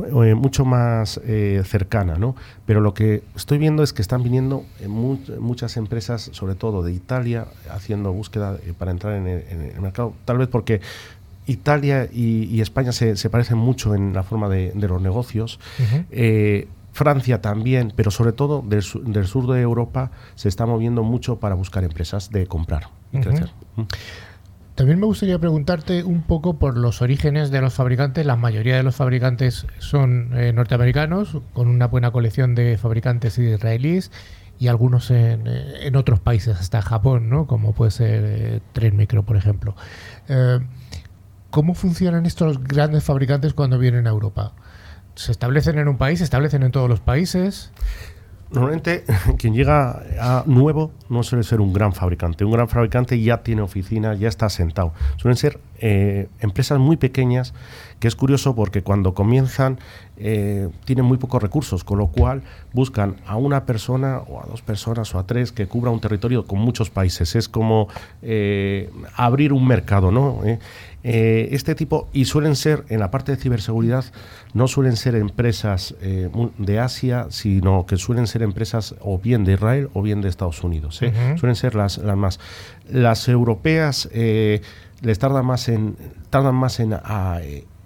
cercana, ¿no? Pero lo que estoy viendo es que están viniendo muchas empresas, sobre todo de Italia, haciendo búsqueda para entrar en el mercado, tal vez porque Italia y España se parecen mucho en la forma de los negocios. Uh-huh. Francia también, pero sobre todo del sur de Europa se está moviendo mucho para buscar empresas de comprar y crecer. También me gustaría preguntarte un poco por los orígenes de los fabricantes. La mayoría de los fabricantes son norteamericanos, con una buena colección de fabricantes israelíes, y algunos en otros países, hasta Japón, ¿no? Como puede ser Trend Micro, por ejemplo. ¿Cómo funcionan estos grandes fabricantes cuando vienen a Europa? ¿Se establecen en un país? ¿Se establecen en todos los países? Normalmente quien llega a nuevo no suele ser un gran fabricante. Un gran fabricante ya tiene oficinas, ya está asentado. Suelen ser empresas muy pequeñas, que es curioso porque cuando comienzan tienen muy pocos recursos, con lo cual buscan a una persona o a 2 personas o a 3 que cubra un territorio con muchos países. Es como abrir un mercado, ¿no? Este tipo, y suelen ser, en la parte de ciberseguridad, no suelen ser empresas de Asia, sino que suelen ser empresas o bien de Israel o bien de Estados Unidos. Uh-huh. Suelen ser las más. Las europeas les tardan más en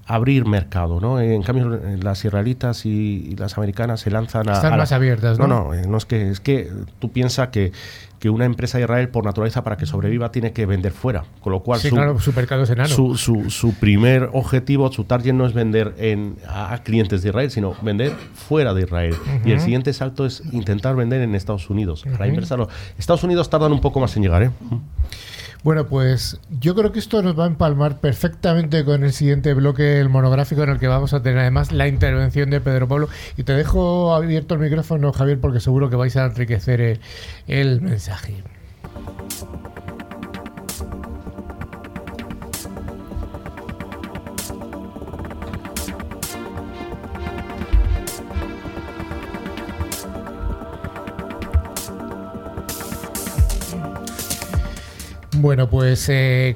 abrir mercado, ¿no? En cambio, las israelitas y las americanas se lanzan Están más abiertas, ¿no? No, es que tú piensas que una empresa de Israel, por naturaleza, para que sobreviva, tiene que vender fuera. Con lo cual, sí, claro, su mercado es enano. Su primer objetivo, su target no es vender a clientes de Israel, sino vender fuera de Israel. Y el siguiente salto es intentar vender en Estados Unidos. A la inversa, no. Estados Unidos tardan un poco más en llegar, ¿eh? Bueno, pues yo creo que esto nos va a empalmar perfectamente con el siguiente bloque, el monográfico, en el que vamos a tener además la intervención de Pedro Pablo. Y te dejo abierto el micrófono, Javier, porque seguro que vais a enriquecer el mensaje. Bueno, pues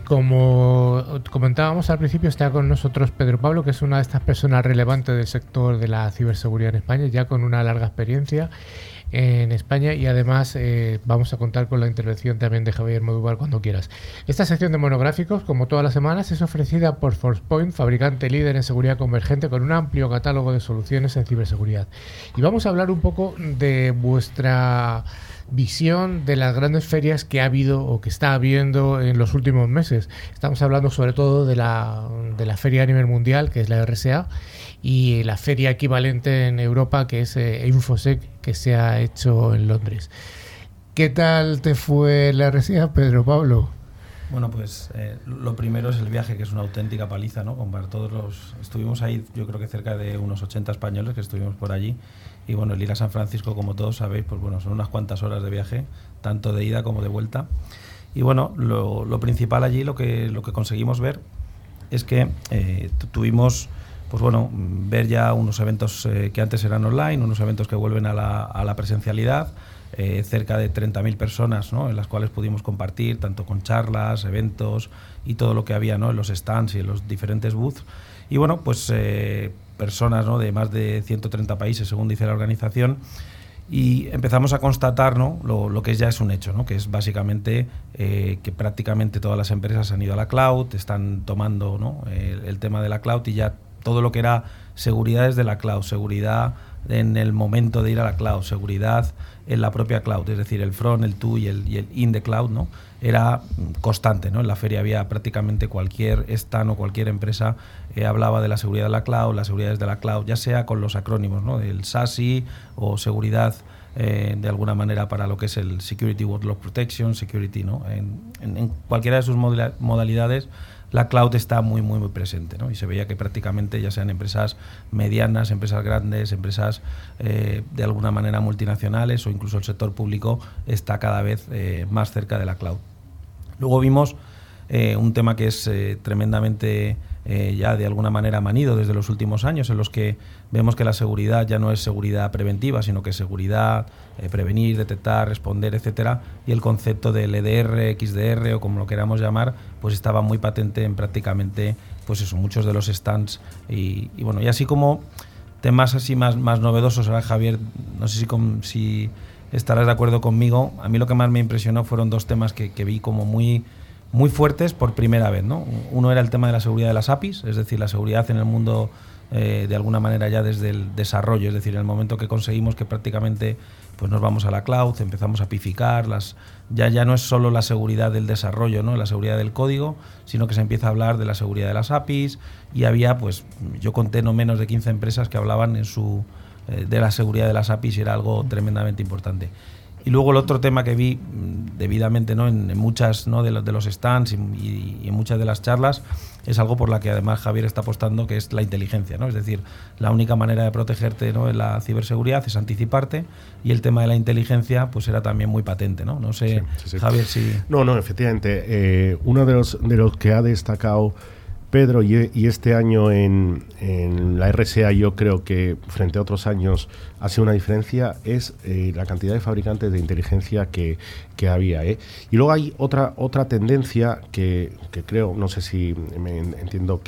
como comentábamos al principio, está con nosotros Pedro Pablo, que es una de estas personas relevantes del sector de la ciberseguridad en España, ya con una larga experiencia en España, y además vamos a contar con la intervención también de Javier Modúvar cuando quieras. Esta sección de monográficos, como todas las semanas, es ofrecida por Forcepoint, fabricante líder en seguridad convergente con un amplio catálogo de soluciones en ciberseguridad. Y vamos a hablar un poco de vuestra visión de las grandes ferias que ha habido o que está habiendo en los últimos meses. Estamos hablando sobre todo de la feria a nivel mundial, que es la RSA, y la feria equivalente en Europa, que es Infosec, que se ha hecho en Londres. ¿Qué tal te fue la RSA, Pedro Pablo? Bueno, pues lo primero es el viaje, que es una auténtica paliza, ¿no? Estuvimos ahí, yo creo que cerca de unos 80 españoles que estuvimos por allí. Y bueno, el ir a San Francisco, como todos sabéis, pues bueno, son unas cuantas horas de viaje, tanto de ida como de vuelta. Y bueno, lo principal allí, lo que conseguimos ver es que tuvimos, pues bueno, ver ya unos eventos que antes eran online, unos eventos que vuelven a la presencialidad, cerca de 30.000 personas, ¿no?, en las cuales pudimos compartir tanto con charlas, eventos y todo lo que había, ¿no?, en los stands y en los diferentes booths. Y bueno, pues personas, ¿no?, de más de 130 países, según dice la organización, y empezamos a constatar, ¿no?, lo que ya es un hecho, ¿no?, que es básicamente que prácticamente todas las empresas han ido a la cloud, están tomando, ¿no?, el tema de la cloud, y ya todo lo que era seguridad desde la cloud, seguridad en el momento de ir a la cloud, seguridad en la propia cloud, es decir, el front, el to y el in the cloud, ¿no?, era constante, ¿no? En la feria había prácticamente cualquier stand o cualquier empresa hablaba de la seguridad de la cloud, las seguridades de la cloud, ya sea con los acrónimos, ¿no?, el SASE o seguridad de alguna manera para lo que es el Security Workload Protection, Security, ¿no? En cualquiera de sus modalidades la cloud está muy, muy, muy presente, ¿no? Y se veía que prácticamente, ya sean empresas medianas, empresas grandes, empresas de alguna manera multinacionales o incluso el sector público, está cada vez más cerca de la cloud. Luego vimos un tema que es tremendamente ya de alguna manera manido desde los últimos años, en los que vemos que la seguridad ya no es seguridad preventiva, sino que es seguridad, prevenir, detectar, responder, etcétera, y el concepto del EDR, XDR o como lo queramos llamar, pues estaba muy patente en prácticamente, pues eso, muchos de los stands y bueno, y así como temas así más novedosos. Ahora, Javier, no sé si estarás de acuerdo conmigo, a mí lo que más me impresionó fueron dos temas que vi como muy fuertes por primera vez, ¿no? Uno era el tema de la seguridad de las APIs, es decir, la seguridad en el mundo de alguna manera ya desde el desarrollo, es decir, en el momento que conseguimos que prácticamente pues nos vamos a la cloud, empezamos a apificar, ya no es solo la seguridad del desarrollo, ¿no?, la seguridad del código, sino que se empieza a hablar de la seguridad de las APIs, y había, pues yo conté no menos de 15 empresas que hablaban de la seguridad de las APIs, y era algo tremendamente importante. Y luego el otro tema que vi debidamente, ¿no?, en muchas, ¿no?, de los stands y en muchas de las charlas, es algo por la que además Javier está apostando, que es la inteligencia, ¿no? Es decir, la única manera de protegerte, ¿no?, en la ciberseguridad es anticiparte, y el tema de la inteligencia pues era también muy patente, ¿no? No sé, sí. Javier, si... No, efectivamente. Uno de los que ha destacado Pedro, y este año en la RSA, yo creo que frente a otros años ha sido una diferencia, es la cantidad de fabricantes de inteligencia que había. Y luego hay otra tendencia que creo, no sé si entiendo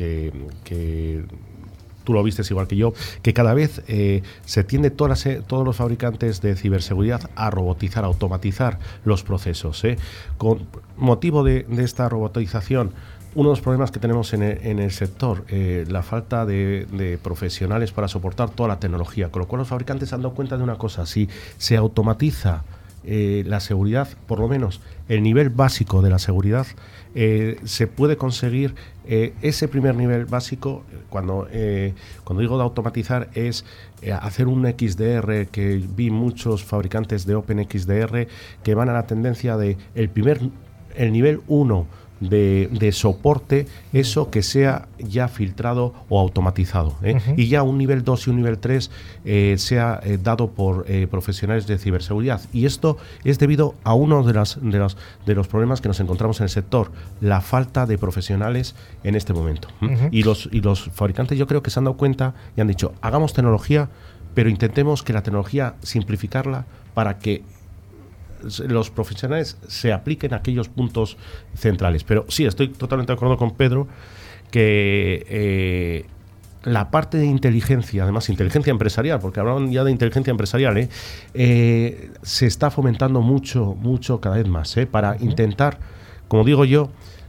que tú lo vistes igual que yo, que cada vez se tiende todos los fabricantes de ciberseguridad a robotizar, a automatizar los procesos. Con motivo de esta robotización, uno de los problemas que tenemos en el sector, la falta de profesionales para soportar toda la tecnología, con lo cual los fabricantes se han dado cuenta de una cosa: si se automatiza la seguridad, por lo menos el nivel básico de la seguridad, se puede conseguir ese primer nivel básico. Cuando digo de automatizar es hacer un XDR, que vi muchos fabricantes de OpenXDR que van a la tendencia de el nivel 1 de soporte, eso que sea ya filtrado o automatizado, y ya un nivel 2 y un nivel 3 sea dado por profesionales de ciberseguridad. Y esto es debido a uno de los problemas que nos encontramos en el sector: la falta de profesionales en este momento. Y los fabricantes, yo creo que se han dado cuenta y han dicho: hagamos tecnología, pero intentemos que la tecnología simplificarla para que los profesionales se apliquen a aquellos puntos centrales. Pero sí, estoy totalmente de acuerdo con Pedro que la parte de inteligencia, además inteligencia empresarial, porque hablaban ya de inteligencia empresarial, se está fomentando mucho cada vez más, para intentar, como digo yo,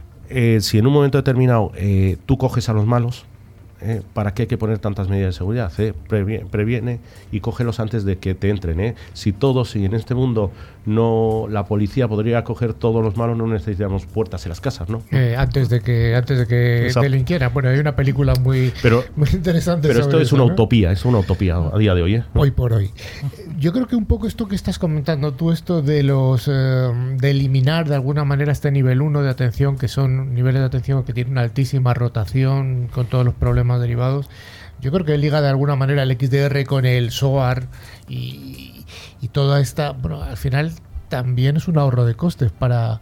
si en un momento determinado tú coges a los malos, ¿para qué hay que poner tantas medidas de seguridad? Previene y cógelos antes de que te entren. Si en este mundo la policía podría coger todos los malos, no necesitamos puertas en las casas, ¿no? Antes de que delinquieran. Bueno, hay una película muy interesante. Pero esto es una utopía, a día de hoy. Hoy por hoy. Yo creo que un poco esto que estás comentando tú, esto de de eliminar de alguna manera este nivel 1 de atención, que son niveles de atención que tienen una altísima rotación con todos los problemas derivados. Yo creo que liga de alguna manera el XDR con el SOAR y toda esta, bueno, al final también es un ahorro de costes para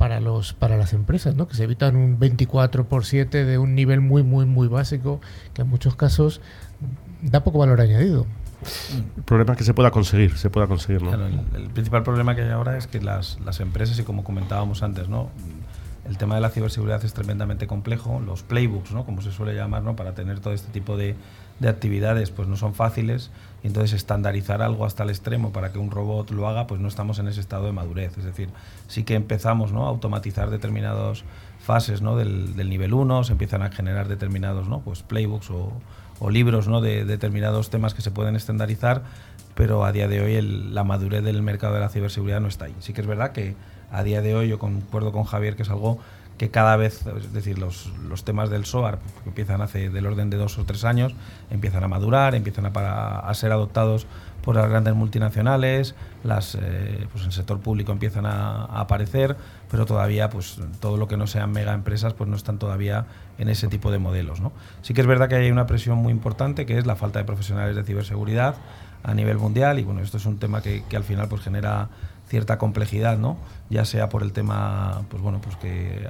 las empresas, ¿no? Que se evitan un 24/7 de un nivel muy básico, que en muchos casos da poco valor añadido. El problema es que se pueda conseguir, ¿no? Claro, el principal problema que hay ahora es que las empresas, y como comentábamos antes, ¿no?, el tema de la ciberseguridad es tremendamente complejo. Los playbooks, ¿no?, como se suele llamar, ¿no?, para tener todo este tipo de actividades, pues no son fáciles. Y entonces estandarizar algo hasta el extremo para que un robot lo haga, pues no estamos en ese estado de madurez. Es decir, sí que empezamos, ¿no?, a automatizar determinadas fases, ¿no?, del nivel 1, se empiezan a generar determinados, ¿no?, pues playbooks o libros, ¿no?, de determinados temas que se pueden estandarizar, pero a día de hoy la madurez del mercado de la ciberseguridad no está ahí. Sí que es verdad que a día de hoy, yo concuerdo con Javier, que es algo que cada vez, es decir, los temas del SOAR, que empiezan hace del orden de 2 o 3 años, empiezan a madurar, empiezan a ser adoptados por las grandes multinacionales, pues el sector público empiezan a aparecer, pero todavía pues todo lo que no sean mega empresas pues no están todavía en ese tipo de modelos, ¿no? Sí que es verdad que hay una presión muy importante, que es la falta de profesionales de ciberseguridad a nivel mundial, y bueno, esto es un tema que al final pues genera cierta complejidad, ¿no? Ya sea por el tema, pues bueno, pues que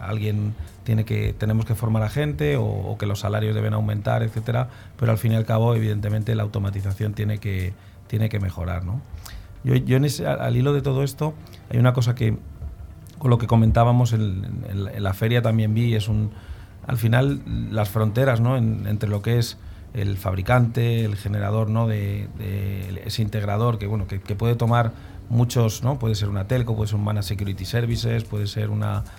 tenemos que formar a gente o que los salarios deben aumentar, etcétera, pero al fin y al cabo, evidentemente, la automatización tiene que mejorar, ¿no? Yo al hilo de todo esto, hay una cosa que, con lo que comentábamos en la feria también vi, al final las fronteras, ¿no?, entre lo que es el fabricante, el generador, ¿no?, de ese integrador que puede tomar muchos, ¿no? Puede ser una telco, puede ser un Managed Security Services, puede ser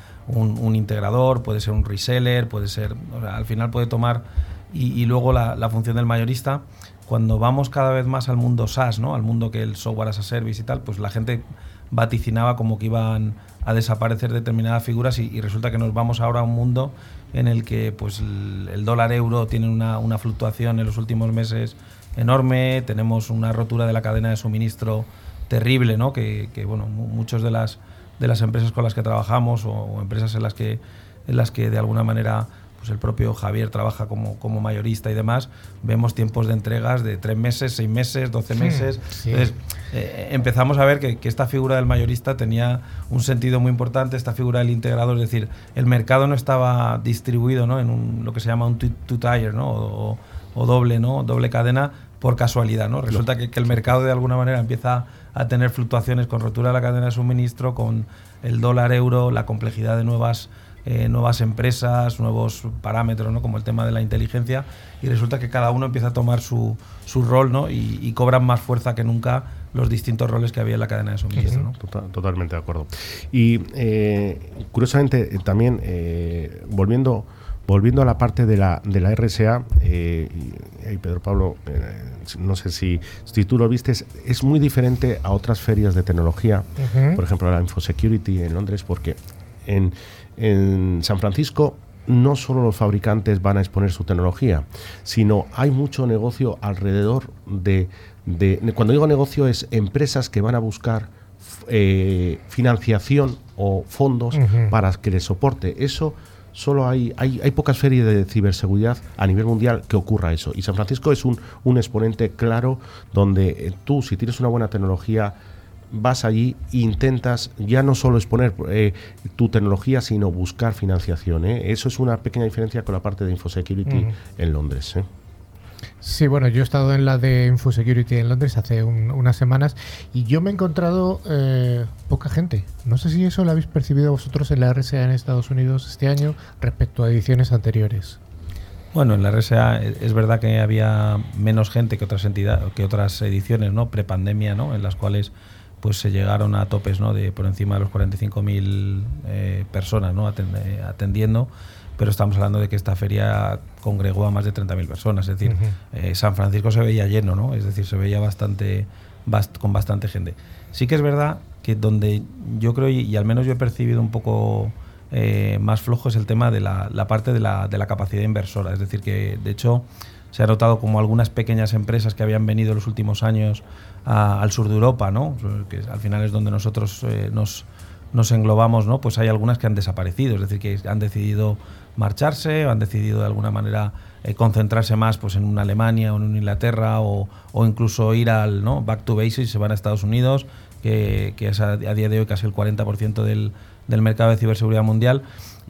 un integrador, puede ser un reseller, al final puede tomar, y luego la función del mayorista. Cuando vamos cada vez más al mundo SaaS, ¿no?, al mundo que el software as a service y tal, pues la gente vaticinaba como que iban a desaparecer determinadas figuras y resulta que nos vamos ahora a un mundo en el que pues el dólar euro tiene una fluctuación en los últimos meses enorme, tenemos una rotura de la cadena de suministro terrible, ¿no?, que bueno, muchos de las empresas con las que trabajamos o empresas en las que de alguna manera pues el propio Javier trabaja como mayorista y demás, vemos tiempos de entregas de 3 meses, 6 meses, 12 meses. Sí. Entonces, empezamos a ver que esta figura del mayorista tenía un sentido muy importante, esta figura del integrador, es decir, el mercado no estaba distribuido, ¿no?, en lo que se llama un two-tier, ¿no?, o doble, ¿no?, doble cadena por casualidad, ¿no? Resulta que el mercado de alguna manera empieza a tener fluctuaciones con rotura de la cadena de suministro, con el dólar euro, la complejidad de nuevas nuevas empresas, nuevos parámetros, ¿no? Como el tema de la inteligencia, y resulta que cada uno empieza a tomar su rol, ¿no? y cobran más fuerza que nunca los distintos roles que había en la cadena de suministro, ¿no? Totalmente de acuerdo. Y curiosamente también volviendo a la parte de la RSA, y Pedro Pablo, no sé si tú lo viste, es muy diferente a otras ferias de tecnología, por ejemplo la Infosecurity en Londres, porque en San Francisco no solo los fabricantes van a exponer su tecnología, sino hay mucho negocio alrededor de cuando digo negocio es empresas que van a buscar financiación o fondos para que les soporte. Eso solo hay pocas ferias de ciberseguridad a nivel mundial que ocurra eso. Y San Francisco es un exponente claro donde tú, si tienes una buena tecnología, vas allí e intentas ya no solo exponer tu tecnología, sino buscar financiación. Eso es una pequeña diferencia con la parte de Infosecurity en Londres. Sí, bueno, yo he estado en la de Infosecurity en Londres hace unas semanas y yo me he encontrado poca gente. No sé si eso lo habéis percibido vosotros en la RSA en Estados Unidos este año respecto a ediciones anteriores. Bueno, en la RSA es verdad que había menos gente que otras ediciones, ¿no? Prepandemia, ¿no? En las cuales pues se llegaron a topes, ¿no? De por encima de los 45.000 personas, ¿no? Atendiendo. Pero estamos hablando de que esta feria congregó a más de 30.000 personas, es decir, San Francisco se veía lleno, ¿no? Es decir, se veía con bastante gente. Sí que es verdad que donde yo creo, y al menos yo he percibido un poco más flojo, es el tema de la parte de la capacidad inversora. Es decir, que de hecho se ha notado como algunas pequeñas empresas que habían venido en los últimos años al sur de Europa, ¿no? Que al final es donde nosotros nos englobamos, ¿no? Pues hay algunas que han desaparecido, es decir, que han decidido marcharse, o han decidido de alguna manera concentrarse más pues en una Alemania o en una Inglaterra, o incluso ir al, ¿no? Back to basics, se van a Estados Unidos, que es a día de hoy casi el 40% del mercado de ciberseguridad mundial,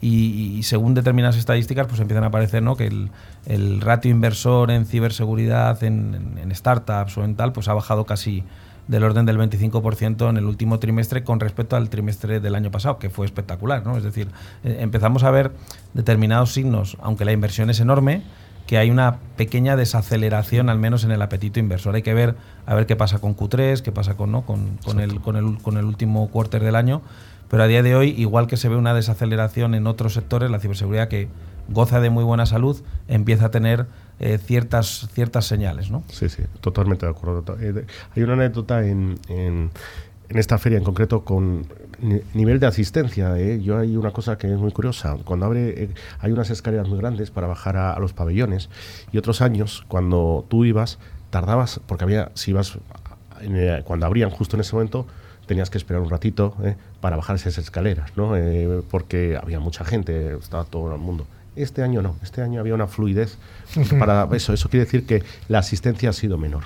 y según determinadas estadísticas pues empiezan a aparecer, ¿no? Que el ratio inversor en ciberseguridad en startups o en tal pues ha bajado casi del orden del 25% en el último trimestre con respecto al trimestre del año pasado, que fue espectacular, ¿no? Es decir, empezamos a ver determinados signos, aunque la inversión es enorme, que hay una pequeña desaceleración, al menos en el apetito inversor. Hay que ver a ver qué pasa con Q3, qué pasa con el último quarter del año, pero a día de hoy, igual que se ve una desaceleración en otros sectores, la ciberseguridad, que goza de muy buena salud, empieza a tener ciertas señales, ¿no? Sí, totalmente de acuerdo. Hay una anécdota en esta feria en concreto con nivel de asistencia. Yo hay una cosa que es muy curiosa. Cuando hay unas escaleras muy grandes para bajar a los pabellones, y otros años, cuando tú ibas, tardabas, porque cuando abrían justo en ese momento, tenías que esperar un ratito para bajar esas escaleras, ¿no? Porque había mucha gente, estaba todo el mundo. Este año no, este año había una fluidez para eso. Eso quiere decir que la asistencia ha sido menor.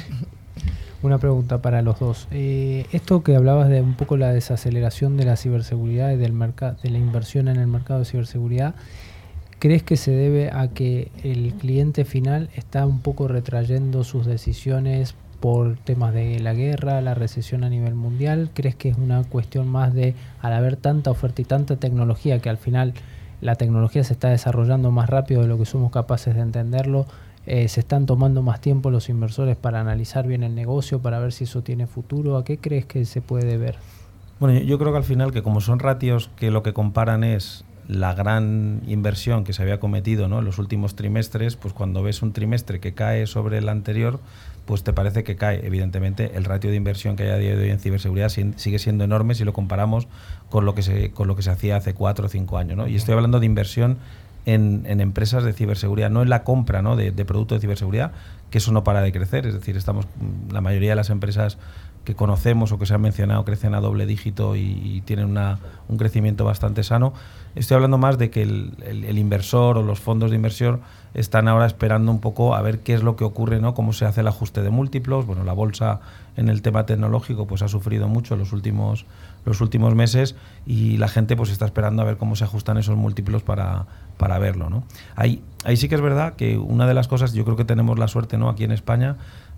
Una pregunta para los dos. Esto que hablabas de un poco la desaceleración de la ciberseguridad y de la inversión en el mercado de ciberseguridad, ¿crees que se debe a que el cliente final está un poco retrayendo sus decisiones por temas de la guerra, la recesión a nivel mundial? ¿Crees que es una cuestión más de, al haber tanta oferta y tanta tecnología, que al final la tecnología se está desarrollando más rápido de lo que somos capaces de entenderlo, se están tomando más tiempo los inversores para analizar bien el negocio, para ver si eso tiene futuro? ¿A qué crees que se puede ver? Bueno, yo creo que al final, que como son ratios que lo que comparan es la gran inversión que se había cometido, ¿no? En los últimos trimestres, pues cuando ves un trimestre que cae sobre el anterior, pues te parece que cae. Evidentemente, el ratio de inversión que hay a día de hoy en ciberseguridad sigue siendo enorme si lo comparamos con lo que se hacía hace 4 o 5 años, ¿no? Y estoy hablando de inversión en empresas de ciberseguridad, no en la compra, ¿no? de productos de ciberseguridad, que eso no para de crecer. Es decir, la mayoría de las empresas que conocemos o que se han mencionado crecen a doble dígito y tienen un crecimiento bastante sano. Estoy hablando más de que el inversor o los fondos de inversión están ahora esperando un poco a ver qué es lo que ocurre, ¿no? Cómo se hace el ajuste de múltiplos. Bueno, la bolsa en el tema tecnológico pues ha sufrido mucho los últimos meses, y la gente pues está esperando a ver cómo se ajustan esos múltiplos para verlo, ¿no? Ahí sí que es verdad que una de las cosas, yo creo que tenemos la suerte, ¿no? Aquí en España,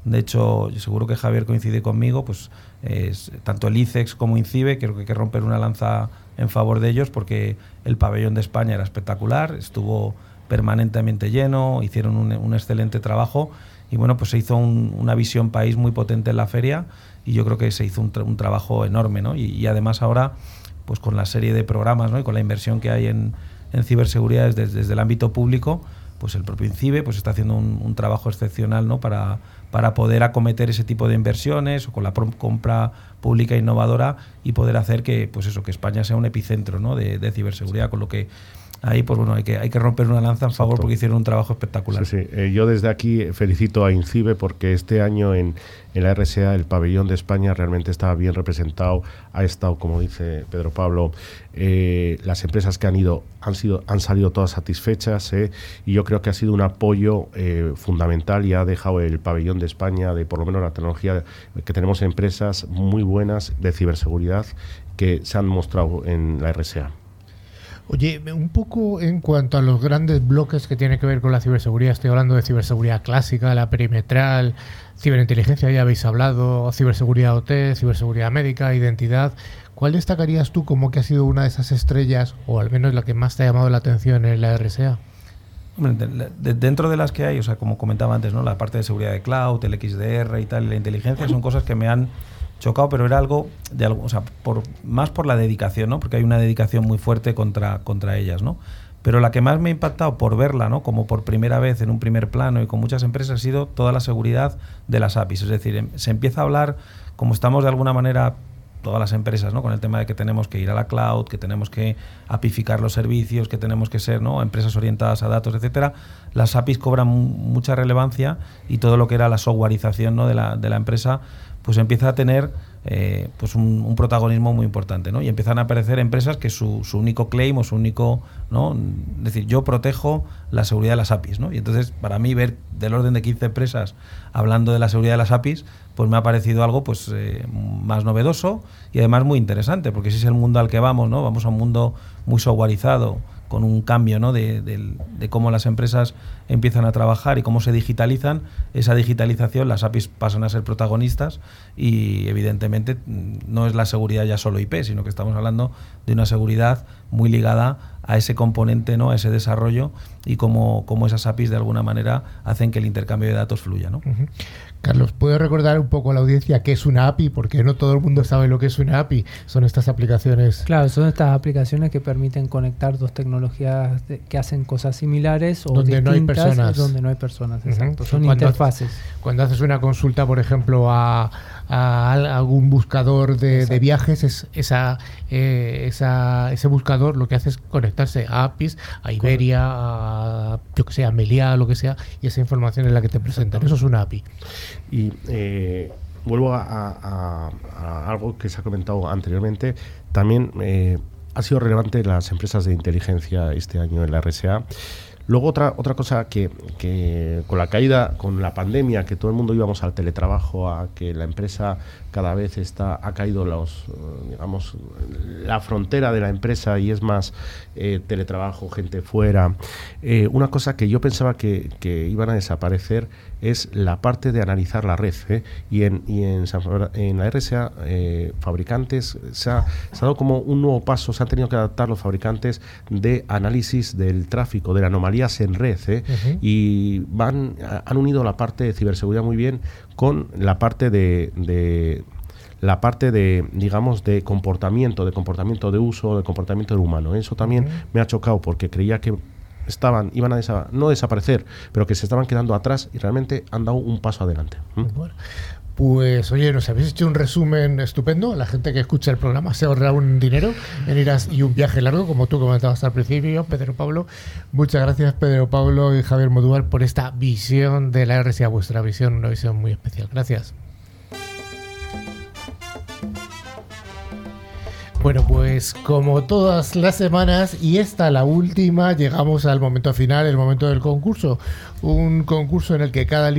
De hecho, seguro que Javier coincide conmigo, pues tanto el ICEX como INCIBE, creo que hay que romper una lanza en favor de ellos, porque el pabellón de España era espectacular, estuvo permanentemente lleno, hicieron un excelente trabajo y bueno, pues se hizo una visión país muy potente en la feria y yo creo que se hizo un trabajo enorme, ¿no? Y además ahora, pues con la serie de programas, ¿no? Y con la inversión que hay en ciberseguridad desde el ámbito público, pues el propio INCIBE pues está haciendo un trabajo excepcional, ¿no? para poder acometer ese tipo de inversiones o con la compra pública innovadora y poder hacer que pues eso, que España sea un epicentro, ¿no? de ciberseguridad, con lo que ahí pues bueno, hay que romper una lanza en favor. Exacto. Porque hicieron un trabajo espectacular. Sí. Yo desde aquí felicito a INCIBE porque este año en la RSA el pabellón de España realmente estaba bien representado. Ha estado, como dice Pedro Pablo, las empresas que han salido todas satisfechas, y yo creo que ha sido un apoyo fundamental y ha dejado el pabellón de España, de por lo menos la tecnología, que tenemos empresas muy buenas de ciberseguridad que se han mostrado en la RSA. Oye, un poco en cuanto a los grandes bloques que tienen que ver con la ciberseguridad, estoy hablando de ciberseguridad clásica, la perimetral, ciberinteligencia, ya habéis hablado, ciberseguridad OT, ciberseguridad médica, identidad. ¿Cuál destacarías tú como que ha sido una de esas estrellas, o al menos la que más te ha llamado la atención en la RSA? Dentro de las que hay, o sea, como comentaba antes, ¿no? La parte de seguridad de cloud, el XDR y tal, y la inteligencia, son cosas que me han chocado, pero era algo o sea, más por la dedicación, ¿no? Porque hay una dedicación muy fuerte contra ellas, ¿no? Pero la que más me ha impactado por verla, ¿no? Como por primera vez en un primer plano y con muchas empresas, ha sido toda la seguridad de las APIs. Es decir, se empieza a hablar, como estamos de alguna manera todas las empresas, ¿no? Con el tema de que tenemos que ir a la cloud, que tenemos que apificar los servicios, que tenemos que ser, ¿no? Empresas orientadas a datos, etcétera. Las APIs cobran mucha relevancia y todo lo que era la softwareización, ¿no? de la empresa, pues empieza a tener pues un protagonismo muy importante, ¿no? Y empiezan a aparecer empresas que su único claim o su único, ¿no? Es decir, yo protejo la seguridad de las APIs, ¿no? Y entonces, para mí, ver del orden de 15 empresas hablando de la seguridad de las APIs, pues me ha parecido algo pues más novedoso y además muy interesante, porque ese es el mundo al que vamos, ¿no? Vamos a un mundo muy softwareizado, con un cambio, ¿no? de cómo las empresas empiezan a trabajar y cómo se digitalizan. Esa digitalización, las APIs pasan a ser protagonistas y evidentemente no es la seguridad ya solo IP, sino que estamos hablando de una seguridad muy ligada a ese componente, ¿no? A ese desarrollo y cómo esas APIs de alguna manera hacen que el intercambio de datos fluya, ¿no? Uh-huh. Carlos, ¿puedes recordar un poco a la audiencia qué es una API? Porque no todo el mundo sabe lo que es una API. Son estas aplicaciones. Claro, son estas aplicaciones que permiten conectar dos ttecnologías que hacen cosas similares o donde no hay personas. Donde no hay personas, exacto. Uh-huh. Son interfaces. Cuando haces una consulta, por ejemplo, a algún buscador de viajes, ese buscador lo que hace es conectarse a APIs, a Iberia, a yo que sé, a Meliá, lo que sea, y esa información es la que te presentan. Eso es una API. Y vuelvo a algo que se ha comentado anteriormente. También ha sido relevante las empresas de inteligencia este año en la RSA. Luego otra cosa que con la caída, con la pandemia, que todo el mundo íbamos al teletrabajo, a que la empresa cada vez ha caído digamos, la frontera de la empresa y es más teletrabajo, gente fuera. Una cosa que yo pensaba que iban a desaparecer es la parte de analizar la red, y en la RSA fabricantes se ha dado como un nuevo paso, se han tenido que adaptar los fabricantes de análisis del tráfico, de las anomalías en red, uh-huh. Y han unido la parte de ciberseguridad muy bien con la parte de digamos, de comportamiento de uso, de comportamiento del humano. Eso también uh-huh. Me ha chocado porque creía que iban a no desaparecer, pero que se estaban quedando atrás y realmente han dado un paso adelante. Bueno. Pues oye, nos habéis hecho un resumen estupendo. La gente que escucha el programa se ahorra un dinero en ir y un viaje largo, como tú comentabas al principio, Pedro Pablo. Muchas gracias, Pedro Pablo y Javier Modúvar, por esta visión de la RSA, vuestra visión, una visión muy especial. Gracias. Bueno, pues como todas las semanas, y esta la última, llegamos al momento final, el momento del concurso. Un concurso en el que cada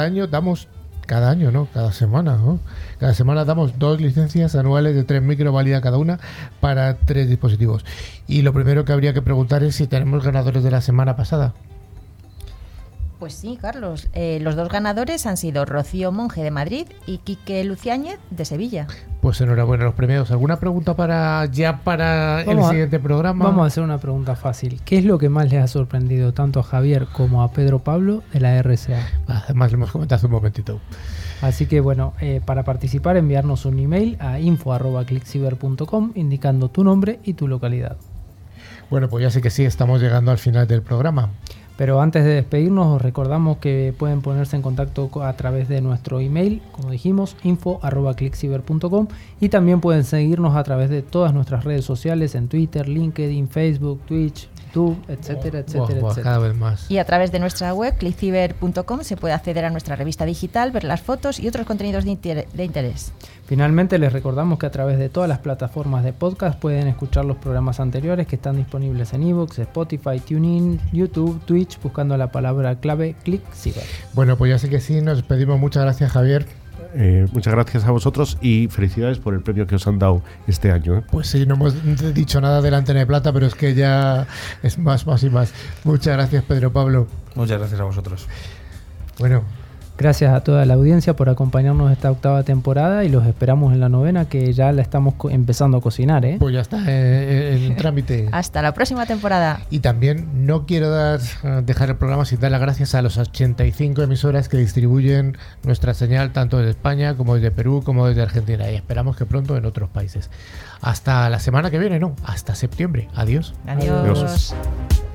semana, ¿no? Cada semana damos 2 licencias anuales de 3 micro válida cada una para 3 dispositivos. Y lo primero que habría que preguntar es si tenemos ganadores de la semana pasada. Pues sí, Carlos. Los dos ganadores han sido Rocío Monge de Madrid y Quique Luciáñez de Sevilla. Pues enhorabuena a los premiados. ¿Alguna pregunta para el siguiente programa? Vamos a hacer una pregunta fácil. ¿Qué es lo que más les ha sorprendido tanto a Javier como a Pedro Pablo de la RSA? Además, lo hemos comentado hace un momentito. Así que bueno, para participar enviarnos un email a info@clickciber.com indicando tu nombre y tu localidad. Bueno, pues ya sé que sí, estamos llegando al final del programa. Pero antes de despedirnos, os recordamos que pueden ponerse en contacto a través de nuestro email, como dijimos, info@clickciber.com, y también pueden seguirnos a través de todas nuestras redes sociales en Twitter, LinkedIn, Facebook, Twitch, YouTube, etcétera, etcétera, etcétera. Cada vez más. Y a través de nuestra web, clickciber.com, se puede acceder a nuestra revista digital, ver las fotos y otros contenidos de interés. Finalmente, les recordamos que a través de todas las plataformas de podcast pueden escuchar los programas anteriores que están disponibles en iVoox, Spotify, TuneIn, YouTube, Twitch, buscando la palabra clave ClickCiber. Bueno, pues ya sé que sí, nos despedimos. Muchas gracias, Javier. Muchas gracias a vosotros y felicidades por el premio que os han dado este año. Pues sí, no hemos dicho nada de la Antena de Plata, pero es que ya es más y más. Muchas gracias, Pedro Pablo. Muchas gracias a vosotros. Bueno, gracias a toda la audiencia por acompañarnos esta octava temporada y los esperamos en la novena, que ya la estamos empezando a cocinar, ¿eh? Pues ya está en trámite. Hasta la próxima temporada. Y también no quiero dejar el programa sin dar las gracias a los 85 emisoras que distribuyen nuestra señal tanto desde España como desde Perú como desde Argentina, y esperamos que pronto en otros países. Hasta la semana que viene, hasta septiembre. Adiós. Adiós. Adiós.